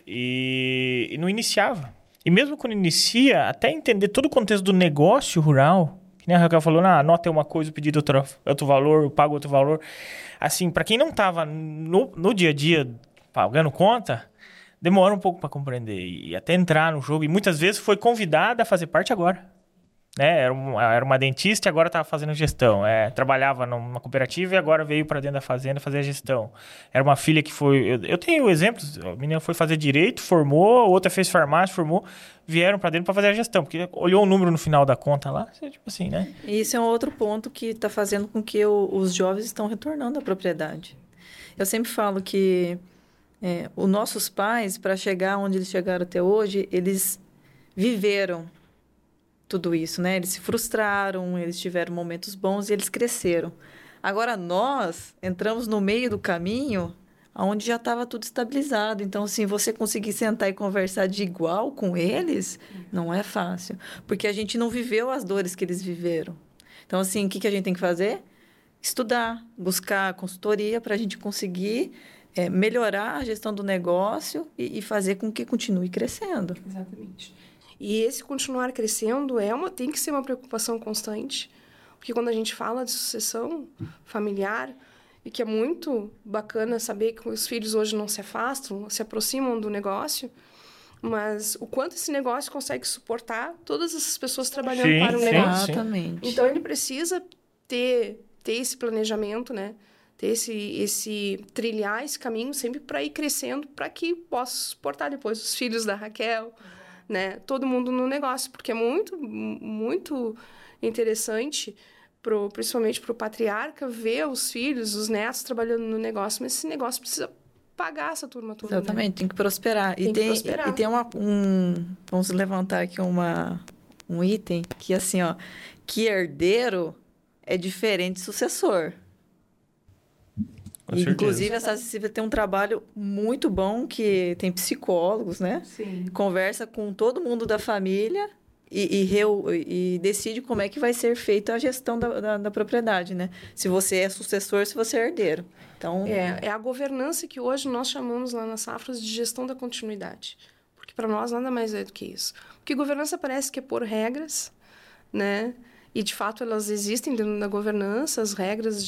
e não iniciava. E mesmo quando inicia, até entender todo o contexto do negócio rural, que nem a Raquel falou, a nota é uma coisa, o pedido é outro valor, eu pago outro valor. Assim, para quem não estava no dia a dia pagando conta, demora um pouco para compreender e até entrar no jogo. E muitas vezes foi convidada a fazer parte agora. Né? Era uma dentista e agora estava fazendo gestão. Trabalhava numa cooperativa e agora veio para dentro da fazenda fazer a gestão. Era uma filha que foi... Eu tenho exemplos. A menina foi fazer direito, formou, outra fez farmácia, formou. Vieram para dentro para fazer a gestão. Porque olhou o número no final da conta lá. Tipo assim, né? E isso é um outro ponto que está fazendo com que os jovens estão retornando à propriedade. Eu sempre falo que os nossos pais, para chegar onde eles chegaram até hoje, eles viveram tudo isso, né? Eles se frustraram, eles tiveram momentos bons e eles cresceram. Agora, nós entramos no meio do caminho onde já estava tudo estabilizado. Então, assim, você conseguir sentar e conversar de igual com eles, não é fácil. Porque a gente não viveu as dores que eles viveram. Então, assim, o que a gente tem que fazer? Estudar, buscar consultoria para a gente conseguir melhorar a gestão do negócio e fazer com que continue crescendo. Exatamente. E esse continuar crescendo tem que ser uma preocupação constante, porque quando a gente fala de sucessão familiar, e que é muito bacana saber que os filhos hoje não se afastam, se aproximam do negócio, mas o quanto esse negócio consegue suportar todas essas pessoas trabalhando para o negócio. Exatamente. Então, ele precisa ter esse planejamento, né? Ter trilhar esse caminho sempre para ir crescendo, para que possa suportar depois os filhos da Raquel, né? Todo mundo no negócio, porque é muito, muito interessante, principalmente para o patriarca, ver os filhos, os netos trabalhando no negócio, mas esse negócio precisa pagar essa turma toda. Exatamente, né? Tem que prosperar. E tem vamos levantar aqui um item que, assim, que herdeiro é diferente de sucessor. Inclusive, a Safras tem um trabalho muito bom, que tem psicólogos, né? Sim. Conversa com todo mundo da família e decide como é que vai ser feita a gestão da propriedade, né? Se você é sucessor, se você é herdeiro. Então, é a governança que hoje nós chamamos lá na Safras de gestão da continuidade. Porque para nós nada mais é do que isso. Porque governança parece que é pôr regras, né? E, de fato, elas existem dentro da governança, as regras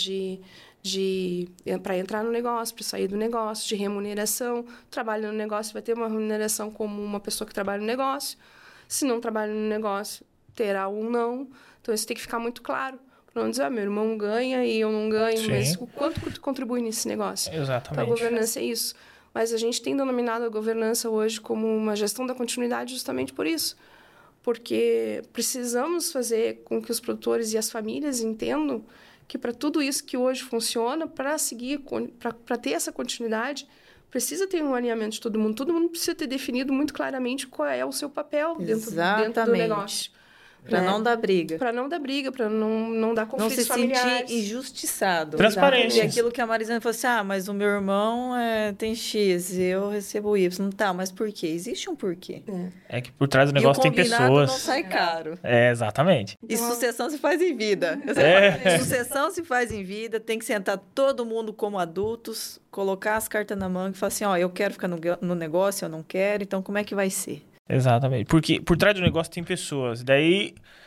para entrar no negócio, para sair do negócio, de remuneração. Trabalha no negócio, vai ter uma remuneração como uma pessoa que trabalha no negócio. Se não trabalha no negócio, terá ou não. Então, isso tem que ficar muito claro. Para não dizer, meu irmão ganha e eu não ganho, Sim. Mas o quanto que tu contribui nesse negócio? Exatamente. Então, a governança é isso. Mas a gente tem denominado a governança hoje como uma gestão da continuidade justamente por isso. Porque precisamos fazer com que os produtores e as famílias entendam que para tudo isso que hoje funciona, para ter essa continuidade, precisa ter um alinhamento de todo mundo. Todo mundo precisa ter definido muito claramente qual é o seu papel dentro do negócio. Para não dar briga. Para não dar briga, para não dar conflitos familiares. Não se sentir injustiçado. Transparência. E aquilo que a Marisane falou assim, mas o meu irmão tem X, eu recebo Y. Tá, mas por quê? Existe um porquê. É que por trás do negócio tem pessoas. Não sai caro. Exatamente. E sucessão se faz em vida. Sucessão se faz em vida, tem que sentar todo mundo como adultos, colocar as cartas na manga e falar assim, eu quero ficar no negócio, eu não quero, então como é que vai ser? Exatamente. Porque por trás do negócio tem pessoas. Daí,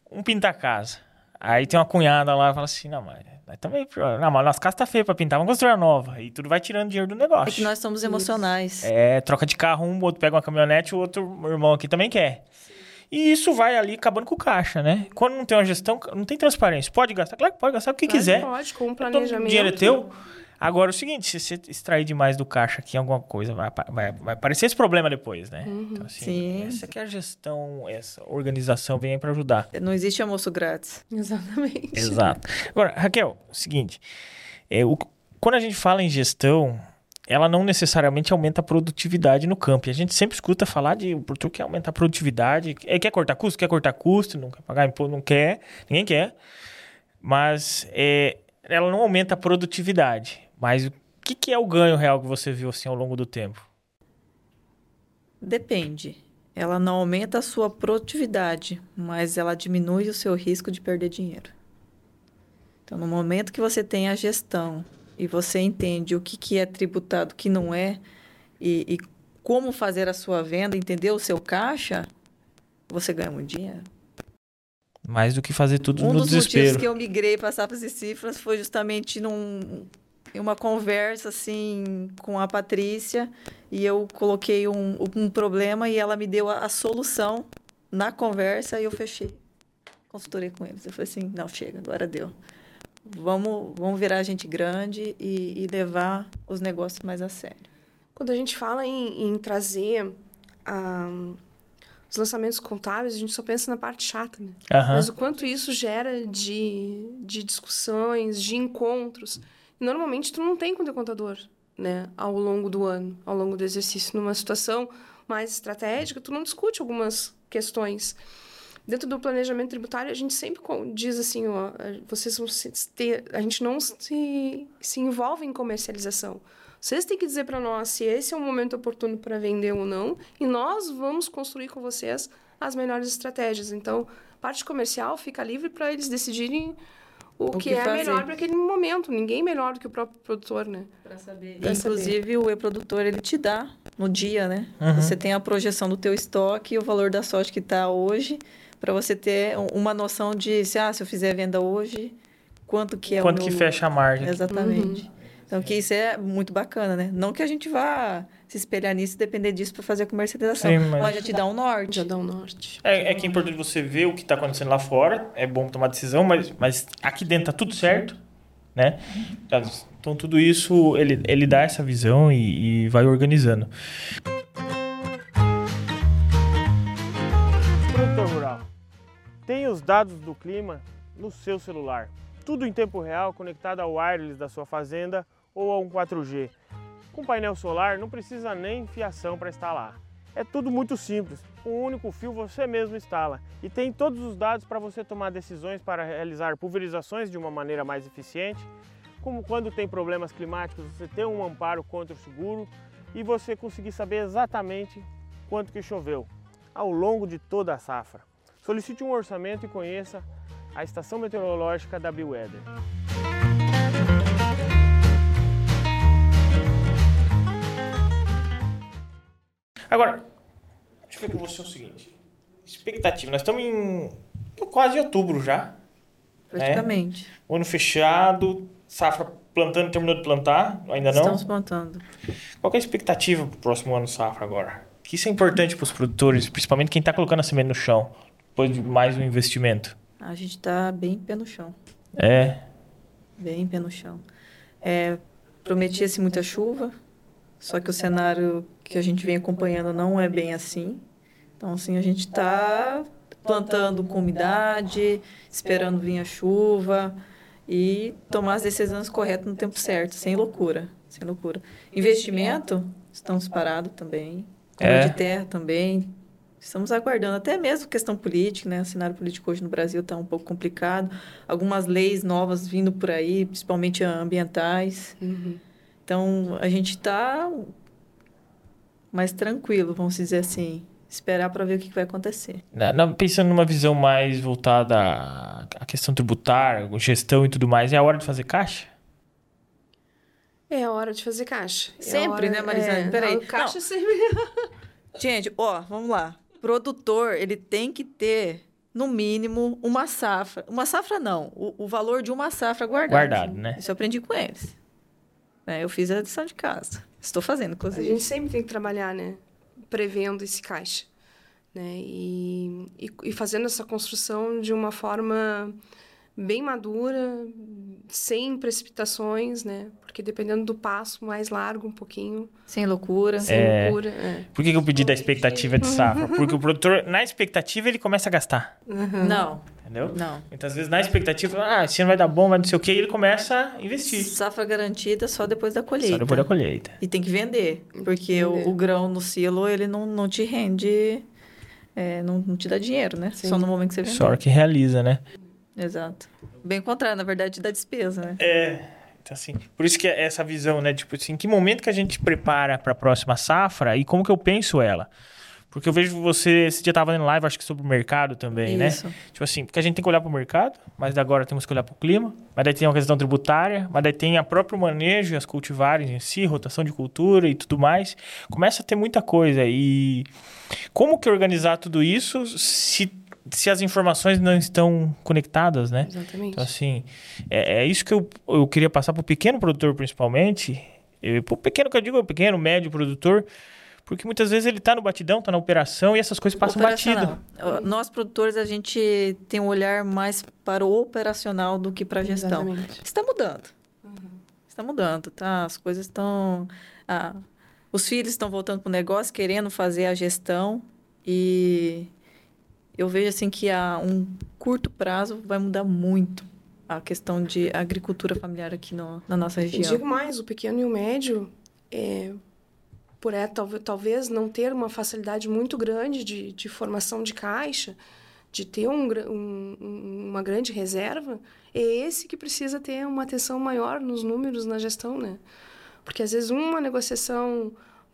um pinta-casa. Aí tem uma cunhada lá e fala assim, não, mas também, não, mas nossa casa tá feia pra pintar, vamos construir uma nova. E tudo vai tirando dinheiro do negócio. É que nós somos emocionais. Troca de carro, um outro pega uma caminhonete, o outro irmão aqui também quer. E isso vai ali acabando com o caixa, né? Quando não tem uma gestão, não tem transparência. Pode gastar? Claro que pode gastar o que quiser. Pode, com um Todo planejamento. o dinheiro é teu. Agora, é o seguinte, se você extrair demais do caixa aqui alguma coisa, vai aparecer esse problema depois, né? Então, assim, Sim. essa que é a gestão, essa organização vem aí para ajudar. Não existe almoço grátis. Exatamente. Exato. Agora, Raquel, seguinte, quando a gente fala em gestão, ela não necessariamente aumenta a produtividade no campo. E a gente sempre escuta falar de o produtor quer aumentar a produtividade, quer cortar custo, não quer pagar imposto, não quer, ninguém quer. Mas ela não aumenta a produtividade. Mas o que é o ganho real que você viu assim ao longo do tempo? Depende. Ela não aumenta a sua produtividade, mas ela diminui o seu risco de perder dinheiro. Então, no momento que você tem a gestão e você entende o que é tributado, o que não é, e como fazer a sua venda, entender o seu caixa, você ganha muito dinheiro. Mais do que fazer tudo no Um dos desespero. motivos que eu migrei para Safras e Cifras foi justamente em uma conversa assim com a Patrícia, e eu coloquei um problema e ela me deu a solução na conversa e eu fechei. Consultorei com eles. Eu falei assim, não, chega, agora deu. Vamos virar gente grande e levar os negócios mais a sério. Quando a gente fala em trazer os lançamentos contábeis, a gente só pensa na parte chata, né? Mas o quanto isso gera de discussões, de encontros. E normalmente tu não tem com o teu contador, né? Ao longo do ano, ao longo do exercício. Numa situação mais estratégica, tu não discute algumas questões. Dentro do planejamento tributário, a gente sempre diz assim, ó, vocês vão a gente não se envolve em comercialização. Vocês têm que dizer para nós se esse é o momento oportuno para vender ou não, e nós vamos construir com vocês as melhores estratégias. Então, a parte comercial fica livre para eles decidirem o que é melhor para aquele momento. Ninguém melhor do que o próprio produtor, né? Para saber. Inclusive, o e-produtor, ele te dá no dia, né? Você tem a projeção do teu estoque e o valor da soja que está hoje, para você ter uma noção de se eu fizer venda hoje, quanto que é quanto que fecha a margem. Exatamente. Então, que isso é muito bacana, né? Não que a gente vá se espelhar nisso e depender disso para fazer a comercialização. Sim, mas já te dá um norte. Já dá um norte. É que é importante você ver o que está acontecendo lá fora. É bom tomar decisão, mas aqui dentro tá tudo certo, né? Então, tudo isso, ele dá essa visão e vai organizando. Produtor rural. Tem os dados do clima no seu celular. Tudo em tempo real, conectado ao wireless da sua fazenda ou a um 4G. Com painel solar não precisa nem fiação para instalar. É tudo muito simples. Com um único fio você mesmo instala. E tem todos os dados para você tomar decisões para realizar pulverizações de uma maneira mais eficiente, como quando tem problemas climáticos, você ter um amparo contra o seguro e você conseguir saber exatamente quanto que choveu ao longo de toda a safra. Solicite um orçamento e conheça a estação meteorológica da BioWeather. Agora, deixa eu ver com você o seguinte. Expectativa. Nós estamos em quase outubro já. Praticamente. Né? O ano fechado, safra plantando, terminou de plantar? Ainda não? Estamos plantando. Qual que é a expectativa para o próximo ano safra agora? Que isso é importante para os produtores, principalmente quem está colocando a semente no chão, depois de mais um investimento. A gente está bem pé no chão. Bem pé no chão. Prometia-se muita chuva, só que o cenário que a gente vem acompanhando não é bem assim. Então, assim, a gente está plantando com umidade, esperando vir a chuva e tomar as decisões corretas no tempo certo, sem loucura. Sem loucura. Investimento, estamos parados também. Compra de terra também. Estamos aguardando, até mesmo questão política, né? O cenário político hoje no Brasil está um pouco complicado. Algumas leis novas vindo por aí, principalmente ambientais. Então, a gente está mais tranquilo, vamos dizer assim. Esperar para ver o que vai acontecer. Pensando numa visão mais voltada à questão tributária, gestão e tudo mais, é a hora de fazer caixa? É a hora de fazer caixa. Sempre, né, Marisane? Peraí. Caixa sempre. Gente, vamos lá. Produtor, ele tem que ter no mínimo, uma safra. Uma safra não, o valor de uma safra guardado. Guardado, né? Isso eu aprendi com eles. Eu fiz a lição de casa. Estou fazendo, A inclusive. gente sempre tem que trabalhar, né? Prevendo esse caixa, né? E fazendo essa construção de uma forma bem madura, sem precipitações, né? Porque dependendo do passo, mais largo um pouquinho. Sem loucura. Sem loucura. Por que eu pedi da expectativa de safra? Porque o produtor, na expectativa, ele começa a gastar. Não. Entendeu? Não. Muitas vezes, na expectativa, esse ano vai dar bom, vai não sei o quê, e ele começa a investir. Safra garantida só depois da colheita. Só depois da colheita. E tem que vender. Porque o grão no silo, ele não te rende... não te dá dinheiro, né? Sim. Só no momento que você vende. Só a hora que realiza, né? Exato. Bem ao contrário, na verdade, te dá despesa, né? Então, assim, por isso que é essa visão, né? Tipo assim, que momento que a gente prepara para a próxima safra e como que eu penso ela? Porque eu vejo você, esse dia tava em live, acho que sobre o mercado também, Isso. né? Tipo assim, porque a gente tem que olhar para o mercado, mas agora temos que olhar para o clima, mas daí tem uma questão tributária, mas daí tem a próprio manejo, as cultivares em si, rotação de cultura e tudo mais. Começa a ter muita coisa. E como que organizar tudo isso se as informações não estão conectadas, né? Exatamente. Então, assim, é isso que eu queria passar para o pequeno produtor, principalmente. Para o pequeno, que eu digo, o pequeno, médio produtor, porque muitas vezes ele está no batidão, está na operação e essas coisas passam batido. Nós, produtores, a gente tem um olhar mais para o operacional do que para a gestão. Exatamente. Está mudando. Está mudando, tá? As coisas estão... os filhos estão voltando para o negócio, querendo fazer a gestão e... Eu vejo assim que a um curto prazo vai mudar muito a questão de agricultura familiar aqui na nossa E região. digo mais, o pequeno e o médio, talvez não ter uma facilidade muito grande de formação de caixa, de ter uma grande reserva, é esse que precisa ter uma atenção maior nos números, na gestão, né? Porque, às vezes, uma negociação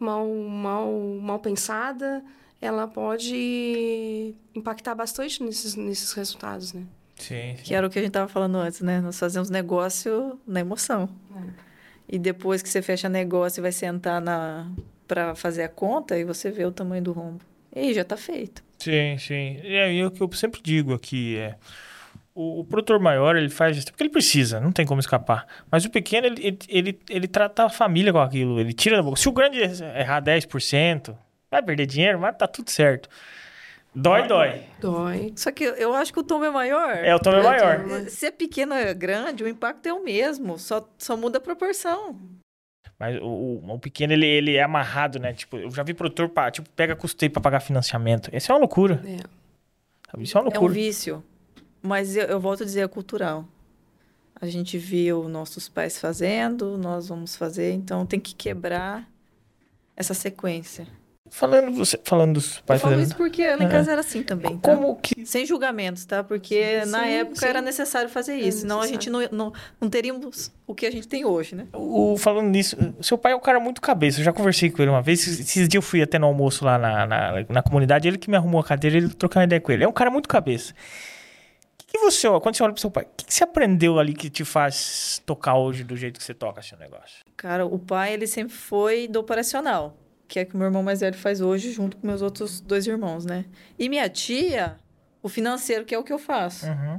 mal pensada... ela pode impactar bastante nesses resultados, né? Sim. Que era o que a gente estava falando antes, né? Nós fazemos negócio na emoção. E depois que você fecha negócio e vai sentar para fazer a conta, e você vê o tamanho do rombo. E aí já está feito. Sim. E o que eu sempre digo aqui é... O produtor maior, ele faz gestão porque ele precisa, não tem como escapar. Mas o pequeno, ele trata a família com aquilo, ele tira da boca. Se o grande errar 10%... vai perder dinheiro, mas tá tudo certo. Dói. Só que eu acho que o tom é maior. O tom é maior. Se é pequeno ou é grande, o impacto é o mesmo. Só muda a proporção. Mas o pequeno, ele é amarrado, né? Tipo, eu já vi produtor, pega custeio pra pagar financiamento. Isso é uma loucura. Isso é uma É um loucura. vício. Mas eu volto a dizer, é cultural. A gente viu nossos pais fazendo, nós vamos fazer. Então, tem que quebrar essa sequência. Falando dos pais Eu falo fazendo... isso porque lá em casa era assim também, tá? Como que... Sem julgamentos, tá? Porque na época sim. era necessário fazer isso. Senão a gente não teríamos o que a gente tem hoje, né? Falando nisso, seu pai é um cara muito cabeça. Eu já conversei com ele uma vez. Esses dias eu fui até no almoço lá na comunidade. Ele que me arrumou a cadeira, ele trocou uma ideia com ele. É um cara muito cabeça. O que você, quando você olha pro seu pai, o que você aprendeu ali que te faz tocar hoje do jeito que você toca seu negócio? Cara, o pai, ele sempre foi do operacional. Que é o que o meu irmão mais velho faz hoje, junto com meus outros 2 irmãos, né? E minha tia, o financeiro, que é o que eu faço. Uhum.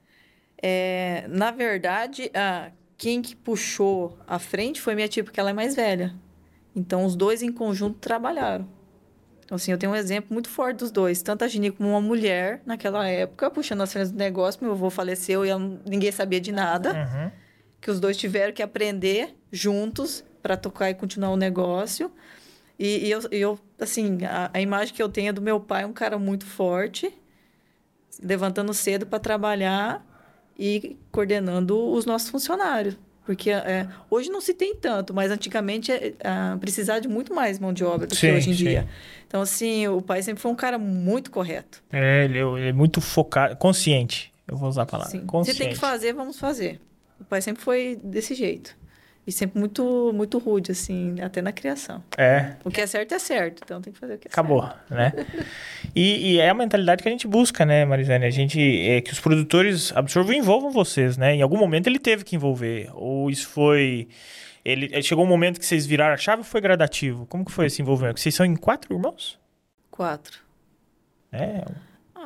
Na verdade, quem que puxou à frente foi minha tia, porque ela é mais velha. Então, os dois em conjunto trabalharam. Então, assim, eu tenho um exemplo muito forte dos dois. Tanto a Gini como uma mulher, naquela época, puxando as frentes do negócio. Meu avô faleceu e ninguém sabia de nada. Uhum. Que os dois tiveram que aprender juntos para tocar e continuar o negócio. E eu assim, a imagem que eu tenho é do meu pai, um cara muito forte, levantando cedo para trabalhar e coordenando os nossos funcionários. Porque hoje não se tem tanto, mas antigamente precisava de muito mais mão de obra do que hoje em dia. Então, assim, o pai sempre foi um cara muito correto. Ele é muito focado, consciente. Eu vou usar a palavra. Sim. Consciente. Se tem que fazer, vamos fazer. O pai sempre foi desse jeito. E sempre muito, muito rude, assim, até na criação. O que é certo, então tem que fazer o que é acabou, certo. Né? E é a mentalidade que a gente busca, né, Marizane? A gente que os produtores absorvam e envolvam vocês, né? Em algum momento ele teve que envolver. Ou isso foi... chegou um momento que vocês viraram a chave ou foi gradativo? Como que foi esse envolvimento? Vocês são em 4 irmãos? 4.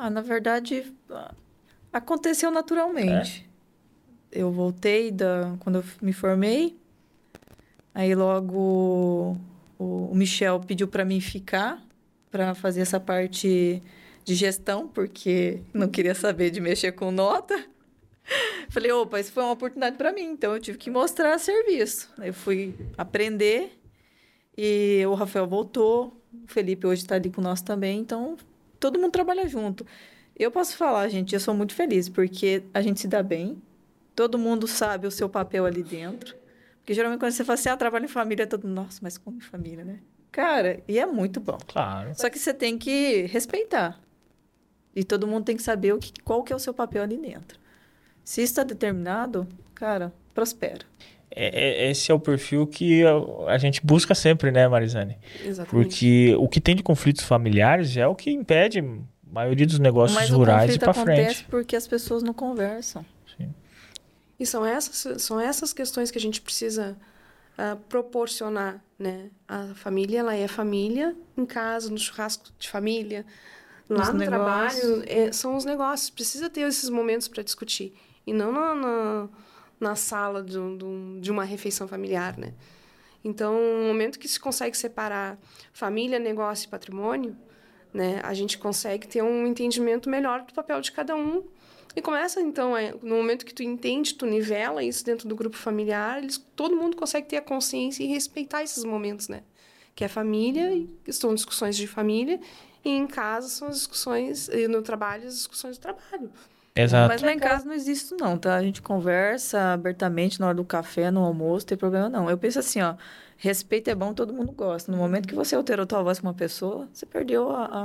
Na verdade, aconteceu naturalmente. Eu voltei quando eu me formei, aí logo o Michel pediu para mim ficar para fazer essa parte de gestão, porque não queria saber de mexer com nota. Falei, opa, isso foi uma oportunidade para mim, então eu tive que mostrar serviço. Eu fui aprender e o Rafael voltou, o Felipe hoje está ali com nós também, então todo mundo trabalha junto. Eu posso falar, gente, eu sou muito feliz, porque a gente se dá bem, todo mundo sabe o seu papel ali dentro, porque geralmente quando você fala assim, trabalho em família, todo mundo, nossa, mas como em família, né? Cara, e é muito bom. Claro. Só que você tem que respeitar. E todo mundo tem que saber qual que é o seu papel ali dentro. Se está determinado, cara, prospera. Esse é o perfil que a gente busca sempre, né, Marizane? Exatamente. Porque o que tem de conflitos familiares é o que impede a maioria dos negócios rurais de ir para frente. Mas o conflito acontece porque as pessoas não conversam. Sim. E são essas questões que a gente precisa proporcionar, né? A família, ela é família em casa, no churrasco de família, lá no trabalho, são os negócios. Precisa ter esses momentos para discutir. E não na sala de uma refeição familiar, né? Então, no momento que se consegue separar família, negócio e patrimônio, né? A gente consegue ter um entendimento melhor do papel de cada um. E começa, então, no momento que tu entende, tu nivela isso dentro do grupo familiar, todo mundo consegue ter a consciência e respeitar esses momentos, né? Que é família, são discussões de família, e em casa são as discussões, e no trabalho, as discussões do trabalho. Exato. Mas lá em casa não existe isso não, tá? A gente conversa abertamente na hora do café, no almoço, não tem problema não. Eu penso assim, respeito é bom, todo mundo gosta. No momento que você alterou tua voz com uma pessoa, você perdeu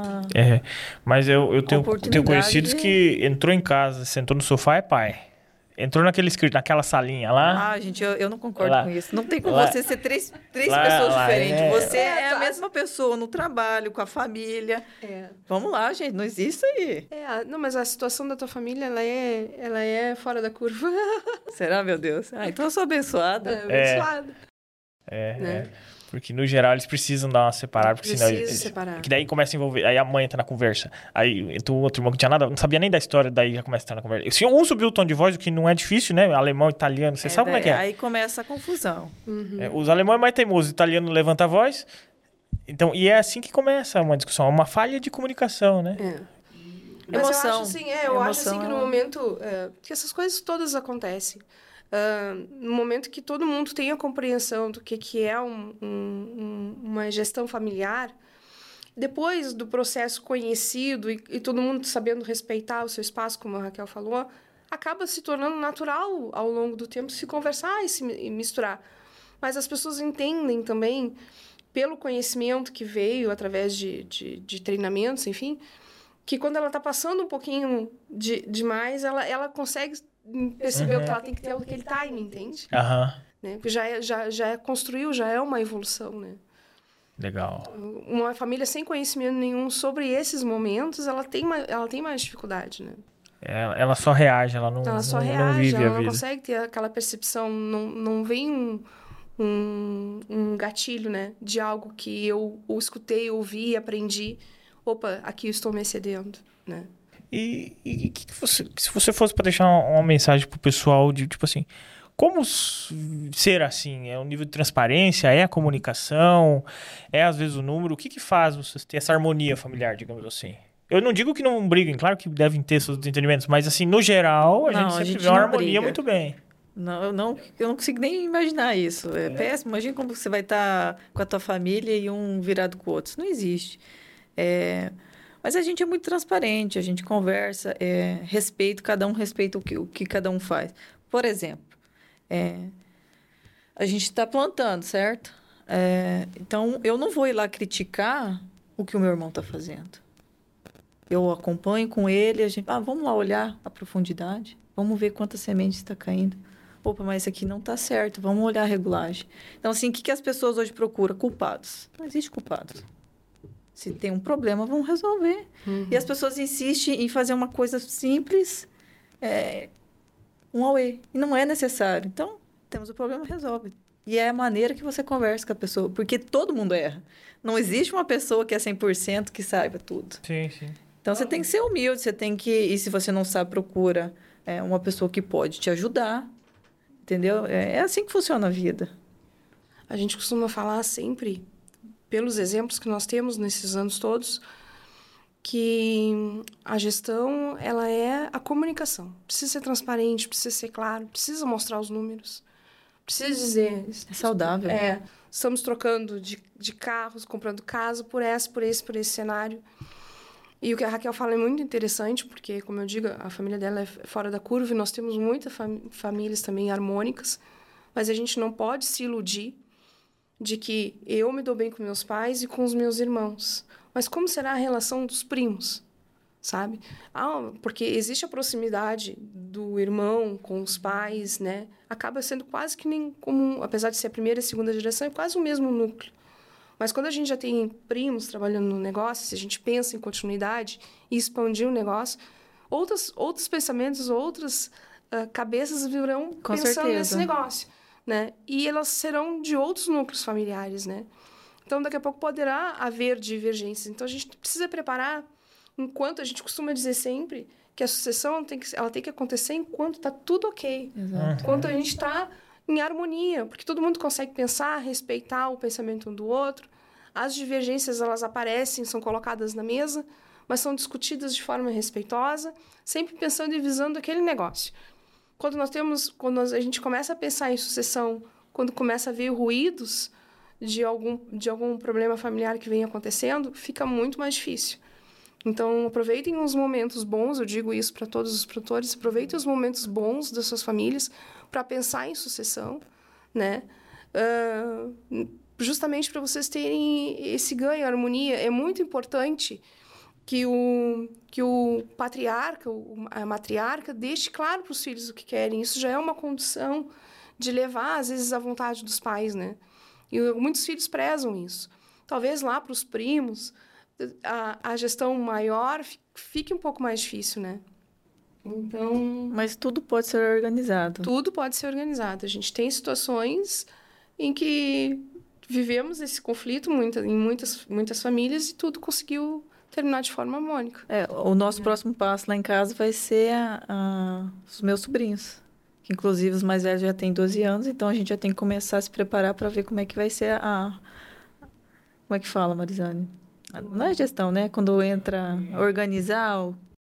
mas eu tenho conhecidos de... que entrou em casa, sentou no sofá, é pai. Entrou naquela salinha lá. Gente, eu não concordo com isso. Não tem como você ser três pessoas diferentes. Você é a mesma pessoa no trabalho, com a família. Vamos lá, gente, não existe isso aí. Não, mas a situação da tua família, ela é fora da curva. Será, meu Deus? Então eu sou abençoada. Abençoada. Né? Porque, no geral, eles precisam dar uma separada. Porque senão separar. Que daí começa a envolver. Aí a mãe entra na conversa. Aí entra o outro irmão que tinha nada, não sabia nem da história, daí já começa a entrar na conversa. Se um subiu o tom de voz, o que não é difícil, né? Alemão, italiano, você sabe como é que é. Aí começa a confusão. Uhum. Os alemães é mais teimosos, o italiano levanta a voz. Então, e é assim que começa uma discussão, uma falha de comunicação, né? Mas Emoção. eu acho assim que no momento que essas coisas todas acontecem. No momento que todo mundo tem a compreensão do que é uma gestão familiar, depois do processo conhecido e todo mundo sabendo respeitar o seu espaço, como a Raquel falou, acaba se tornando natural ao longo do tempo se conversar e se misturar. Mas as pessoas entendem também, pelo conhecimento que veio através de treinamentos, enfim, que quando ela está passando um pouquinho demais, ela consegue percebeu que ela tem que ter aquele time, entende? Né? Porque já construiu, já é uma evolução, né? Legal. Uma família sem conhecimento nenhum sobre esses momentos, ela tem mais dificuldade, né? Ela só reage, ela não vive ela a vida. Ela não consegue ter aquela percepção, não vem um gatilho, né? De algo que eu escutei, ouvi, aprendi. Opa, aqui eu estou me excedendo, né? E se você fosse para deixar uma mensagem pro pessoal de, tipo assim, como ser assim? É o nível de transparência? É a comunicação? É, às vezes, o número? O que faz você ter essa harmonia familiar, digamos assim? Eu não digo que não briguem, claro que devem ter seus entendimentos, mas, assim, no geral, a gente sempre vê uma harmonia muito bem. Não, eu não consigo nem imaginar isso. É péssimo. Imagina como você vai estar com a tua família e um virado com o outro. Isso não existe. Mas a gente é muito transparente, a gente conversa, respeita, cada um respeita o que cada um faz. Por exemplo, a gente está plantando, certo? Então, eu não vou ir lá criticar o que o meu irmão está fazendo. Eu acompanho com ele, vamos lá olhar a profundidade, vamos ver quantas sementes está caindo. Opa, mas isso aqui não está certo, vamos olhar a regulagem. Então, assim, o que as pessoas hoje procuram? Culpados. Não existe culpados. Se tem um problema, vamos resolver. Uhum. E as pessoas insistem em fazer uma coisa simples, um auê. E não é necessário. Então, temos o problema, resolve. E é a maneira que você conversa com a pessoa. Porque todo mundo erra. Não existe uma pessoa que é 100% que saiba tudo. Sim, sim. Então, você tem que ser humilde, você tem que... E se você não sabe, procura uma pessoa que pode te ajudar, entendeu? É assim que funciona a vida. A gente costuma falar sempre, pelos exemplos que nós temos nesses anos todos, que a gestão, ela é a comunicação. Precisa ser transparente, precisa ser claro, precisa mostrar os números, precisa dizer... É saudável. Estamos trocando de carros, comprando casa por esse cenário. E o que a Raquel fala é muito interessante, porque, como eu digo, a família dela é fora da curva e nós temos muitas famílias também harmônicas, mas a gente não pode se iludir de que eu me dou bem com meus pais e com os meus irmãos. Mas como será a relação dos primos, sabe? Porque existe a proximidade do irmão com os pais, né? Acaba sendo quase que nem comum, apesar de ser a primeira e a segunda geração, é quase o mesmo núcleo. Mas quando a gente já tem primos trabalhando no negócio, se a gente pensa em continuidade e expandir o negócio, outros pensamentos, outras cabeças virão pensando nesse negócio, né? E elas serão de outros núcleos familiares, né? Então, daqui a pouco poderá haver divergências. Então, a gente precisa preparar, enquanto a gente costuma dizer sempre que a sucessão ela tem que acontecer enquanto está tudo ok. Exato. Enquanto a gente está em harmonia, porque todo mundo consegue pensar, respeitar o pensamento um do outro. As divergências, elas aparecem, são colocadas na mesa, mas são discutidas de forma respeitosa, sempre pensando e visando aquele negócio. Quando a gente começa a pensar em sucessão, quando começa a ver ruídos de algum problema familiar que vem acontecendo, fica muito mais difícil. Então, aproveitem os momentos bons, eu digo isso para todos os produtores, aproveitem os momentos bons das suas famílias para pensar em sucessão, né? Justamente para vocês terem esse ganho, a harmonia. É muito importante que o patriarca, a matriarca, deixe claro para os filhos o que querem. Isso já é uma condição de levar, às vezes, a vontade dos pais, né? E muitos filhos prezam isso. Talvez lá para os primos, a gestão maior fique um pouco mais difícil, né? Então... Mas tudo pode ser organizado. Tudo pode ser organizado. A gente tem situações em que vivemos esse conflito em muitas famílias e tudo conseguiu terminar de forma harmônica. O nosso próximo passo lá em casa vai ser os meus sobrinhos. Que, inclusive, os mais velhos já têm 12 anos, então a gente já tem que começar a se preparar para ver como é que vai ser Como é que fala, Marizane? Não é gestão, né? Quando entra organizar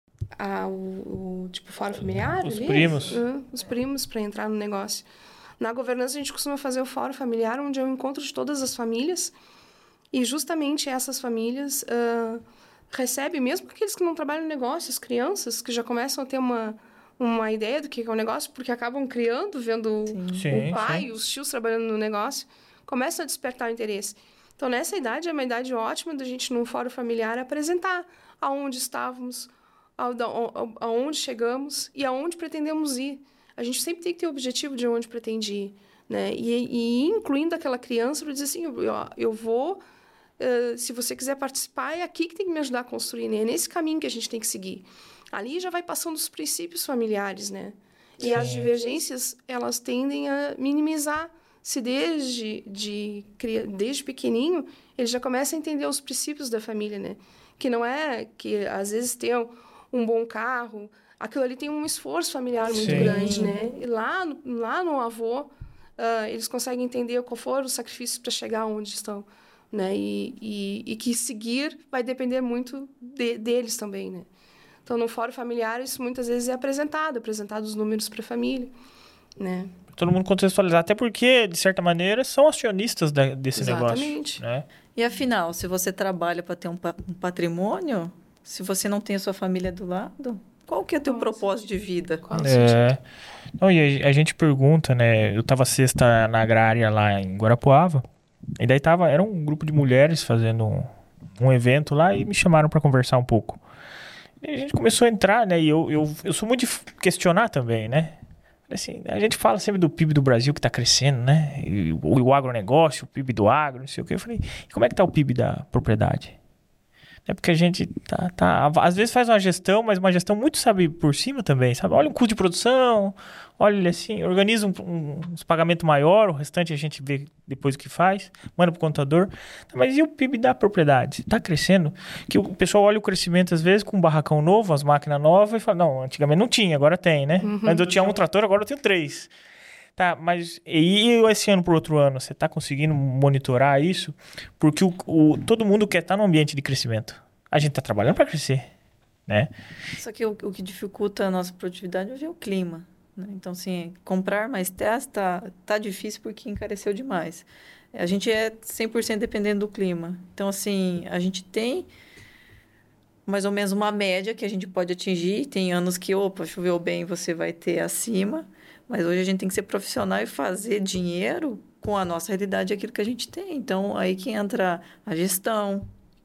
o tipo fórum familiar? Os primos. Os primos para entrar no negócio. Na governança, a gente costuma fazer o fórum familiar, onde é o encontro de todas as famílias. E justamente essas famílias recebem, mesmo aqueles que não trabalham no negócio, as crianças que já começam a ter uma ideia do que é o negócio, porque acabam criando, vendo o pai, os tios trabalhando no negócio, começam a despertar o interesse. Então, nessa idade, é uma idade ótima da gente, num fórum familiar, apresentar aonde estávamos, aonde chegamos e aonde pretendemos ir. A gente sempre tem que ter o objetivo de onde pretende ir, né? E incluindo aquela criança para dizer assim, eu vou... se você quiser participar, é aqui que tem que me ajudar a construir, né? É nesse caminho que a gente tem que seguir. Ali já vai passando os princípios familiares, né? E as divergências, elas tendem a minimizar. Se desde pequenininho, ele já começa a entender os princípios da família, né? Que não é que, às vezes, ter um bom carro, aquilo ali tem um esforço familiar muito grande, né? E lá no avô, eles conseguem entender qual foram os sacrifícios para chegar onde estão, né? E que seguir vai depender muito deles também, né? Então, no fórum familiar, isso muitas vezes é apresentado os números para a família, né? Todo mundo contextualizar, até porque, de certa maneira, são acionistas desse Exatamente. negócio. Né? E, afinal, se você trabalha para ter um patrimônio, se você não tem a sua família do lado, qual que é o teu propósito de vida? Não, e a gente pergunta, né? Eu estava sexta na agrária lá em Guarapuava, e daí era um grupo de mulheres fazendo um evento lá e me chamaram para conversar um pouco. E a gente começou a entrar, né? E eu sou muito de questionar também, né? Assim, a gente fala sempre do PIB do Brasil que está crescendo, né? E o agronegócio, o PIB do agro, não sei o quê. Eu falei, e como é que está o PIB da propriedade? É porque a gente às vezes faz uma gestão, mas uma gestão muito, sabe, por cima também, sabe? Olha o custo de produção, olha assim, organiza um pagamento maior, o restante a gente vê depois o que faz, manda pro contador. Mas e o PIB da propriedade? Tá crescendo? Que o pessoal olha o crescimento, às vezes, com um barracão novo, as máquinas novas, e fala, não, antigamente não tinha, agora tem, né? Antes eu tinha um trator, agora eu tenho 3. Tá, mas e esse ano por outro ano, você tá conseguindo monitorar isso? Porque todo mundo quer estar num ambiente de crescimento. A gente tá trabalhando para crescer, né? Só que o que dificulta a nossa produtividade hoje é o clima, né? Então, assim, comprar mais testes tá difícil porque encareceu demais. A gente é 100% dependendo do clima. Então, assim, a gente tem mais ou menos uma média que a gente pode atingir. Tem anos que, choveu bem, você vai ter acima. Mas hoje a gente tem que ser profissional e fazer dinheiro com a nossa realidade, aquilo que a gente tem. Então, aí que entra a gestão,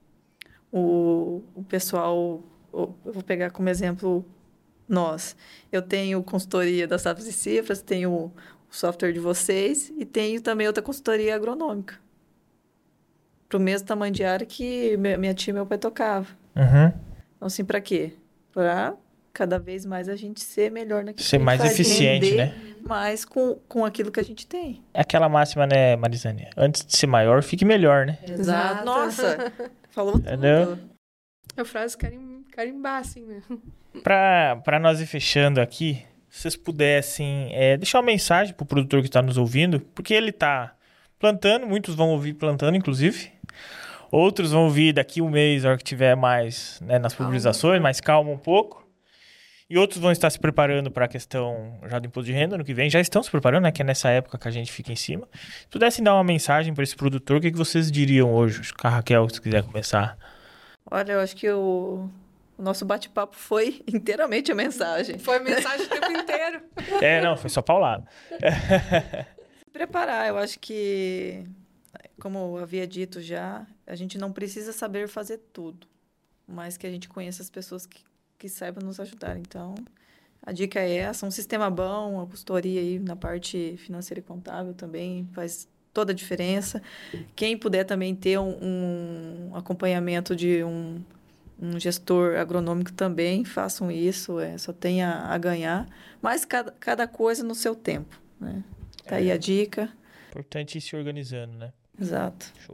o pessoal... Eu vou pegar como exemplo nós. Eu tenho consultoria das Safras e Cifras, tenho o software de vocês e tenho também outra consultoria agronômica. Para o mesmo tamanho de área que minha tia e meu pai tocavam. Uhum. Então, assim, para quê? Para cada vez mais a gente ser melhor naquilo ser que mais a gente faz, eficiente, né? Mais com aquilo que a gente tem. É aquela máxima, né, Marizane? Antes de ser maior, fique melhor, né? Exato. Nossa, falou tudo. Entendeu? É a frase carimbar, assim, né? Para nós ir fechando aqui, se vocês pudessem deixar uma mensagem pro produtor que está nos ouvindo, porque ele tá plantando, muitos vão ouvir plantando, inclusive. Outros vão ouvir daqui um mês, a hora que tiver mais, né, nas pulverizações, mais calmo um pouco. E outros vão estar se preparando para a questão já do imposto de renda no que vem. Já estão se preparando, né? Que é nessa época que a gente fica em cima. Se pudessem dar uma mensagem para esse produtor, o que vocês diriam hoje? Acho que a Raquel, se quiser começar. Olha, eu acho que o nosso bate-papo foi inteiramente a mensagem. Foi mensagem o tempo inteiro. Não, foi só paulada. Se preparar, eu acho que, como eu havia dito já, a gente não precisa saber fazer tudo, mas que a gente conheça as pessoas que saibam nos ajudar. Então, a dica é essa, um sistema bom, uma consultoria aí na parte financeira e contábil também faz toda a diferença. Quem puder também ter um acompanhamento de um gestor agronômico também, façam isso, só tem a ganhar. Mas cada coisa no seu tempo, né? Tá aí a dica. Importante ir se organizando, né? Exato. Show.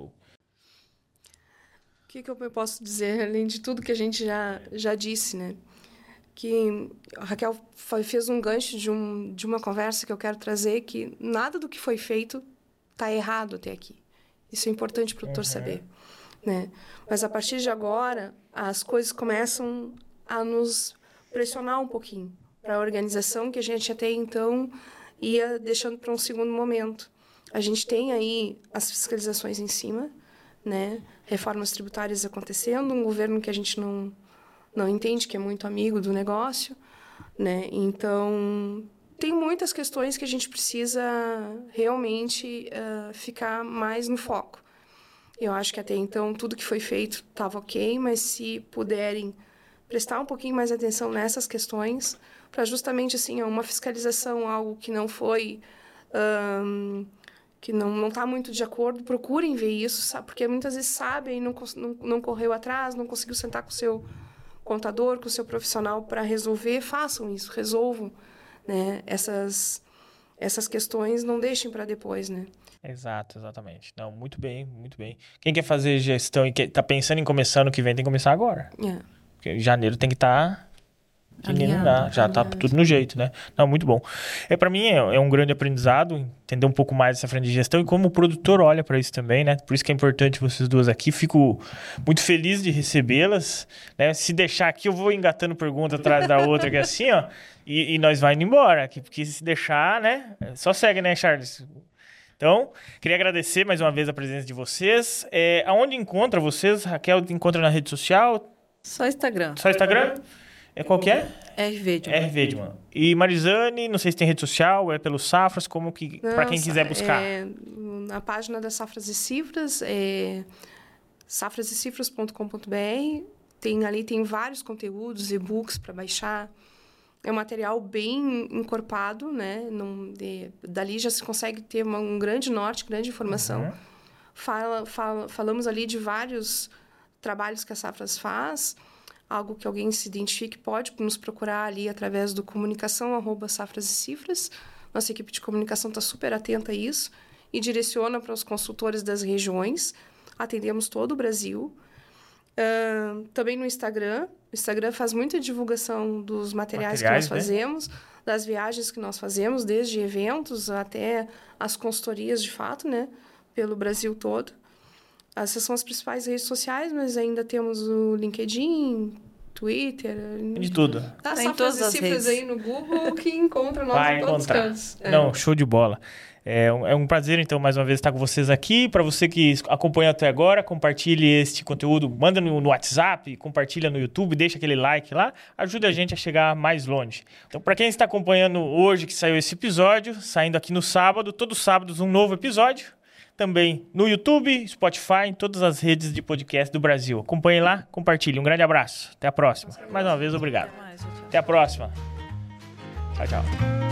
O que eu posso dizer, além de tudo que a gente já disse, né? Que a Raquel fez um gancho de uma conversa que eu quero trazer, que nada do que foi feito está errado até aqui. Isso é importante para o produtor saber, né? Mas, a partir de agora, as coisas começam a nos pressionar um pouquinho para a organização que a gente até então ia deixando para um segundo momento. A gente tem aí as fiscalizações em cima, né? Reformas tributárias acontecendo, um governo que a gente não entende, que é muito amigo do negócio, né? Então, tem muitas questões que a gente precisa realmente ficar mais no foco. Eu acho que até então tudo que foi feito estava ok, mas se puderem prestar um pouquinho mais atenção nessas questões, para justamente assim, uma fiscalização, algo que não foi... que não está muito de acordo, procurem ver isso, sabe? Porque muitas vezes sabem, não correu atrás, não conseguiu sentar com o seu contador, com o seu profissional para resolver, façam isso, resolvam, né? Essas questões não deixem para depois, né? Exato, exatamente. Não, muito bem, muito bem. Quem quer fazer gestão e está pensando em começar no que vem, tem que começar agora. Porque em janeiro tem que estar... já está tudo no jeito, né? Não, muito bom. Para mim é um grande aprendizado entender um pouco mais dessa frente de gestão e como o produtor olha para isso também, né? Por isso que é importante vocês duas aqui. Fico muito feliz de recebê-las, né? Se deixar aqui, eu vou engatando pergunta atrás da outra, que é assim, ó, e nós vai indo embora aqui, porque se deixar, né? Só segue, né, Charles? Então, queria agradecer mais uma vez a presença de vocês. Aonde encontra vocês? Raquel, encontra na rede social? Só Instagram. Só Instagram? Qual que é? RV Edman. E Marizane, não sei se tem rede social, é pelo Safras, como que, para quem quiser buscar? Na página das Safras e Cifras, safrasecifras.com.br, ali tem vários conteúdos, e-books para baixar. É um material bem encorpado, né? Dali já se consegue ter um grande norte, grande informação. Falamos ali de vários trabalhos que a Safras faz, algo que alguém se identifique, pode nos procurar ali através do comunicação@safras-e-cifras. Nossa equipe de comunicação está super atenta a isso e direciona para os consultores das regiões. Atendemos todo o Brasil. Também no Instagram. O Instagram faz muita divulgação dos materiais que nós fazemos, das viagens que nós fazemos, desde eventos até as consultorias de fato, né? Pelo Brasil todo. Essas são as principais redes sociais, mas ainda temos o LinkedIn, Twitter... De tudo. Tá, Tem todas as Safras redes aí no Google que encontra nós Vai em todos os encontrar. cantos. Não, show de bola. É um prazer, então, mais uma vez, estar com vocês aqui. Para você que acompanha até agora, compartilhe este conteúdo, manda no WhatsApp, compartilha no YouTube, deixa aquele like lá, ajuda a gente a chegar mais longe. Então, para quem está acompanhando hoje que saiu esse episódio, saindo aqui no sábado, todos os sábados um novo episódio, também no YouTube, Spotify, em todas as redes de podcast do Brasil. Acompanhe lá, compartilhe. Um grande abraço. Até a próxima. Mais uma vez, obrigado. Até mais, tchau, tchau. Até a próxima. Tchau, tchau.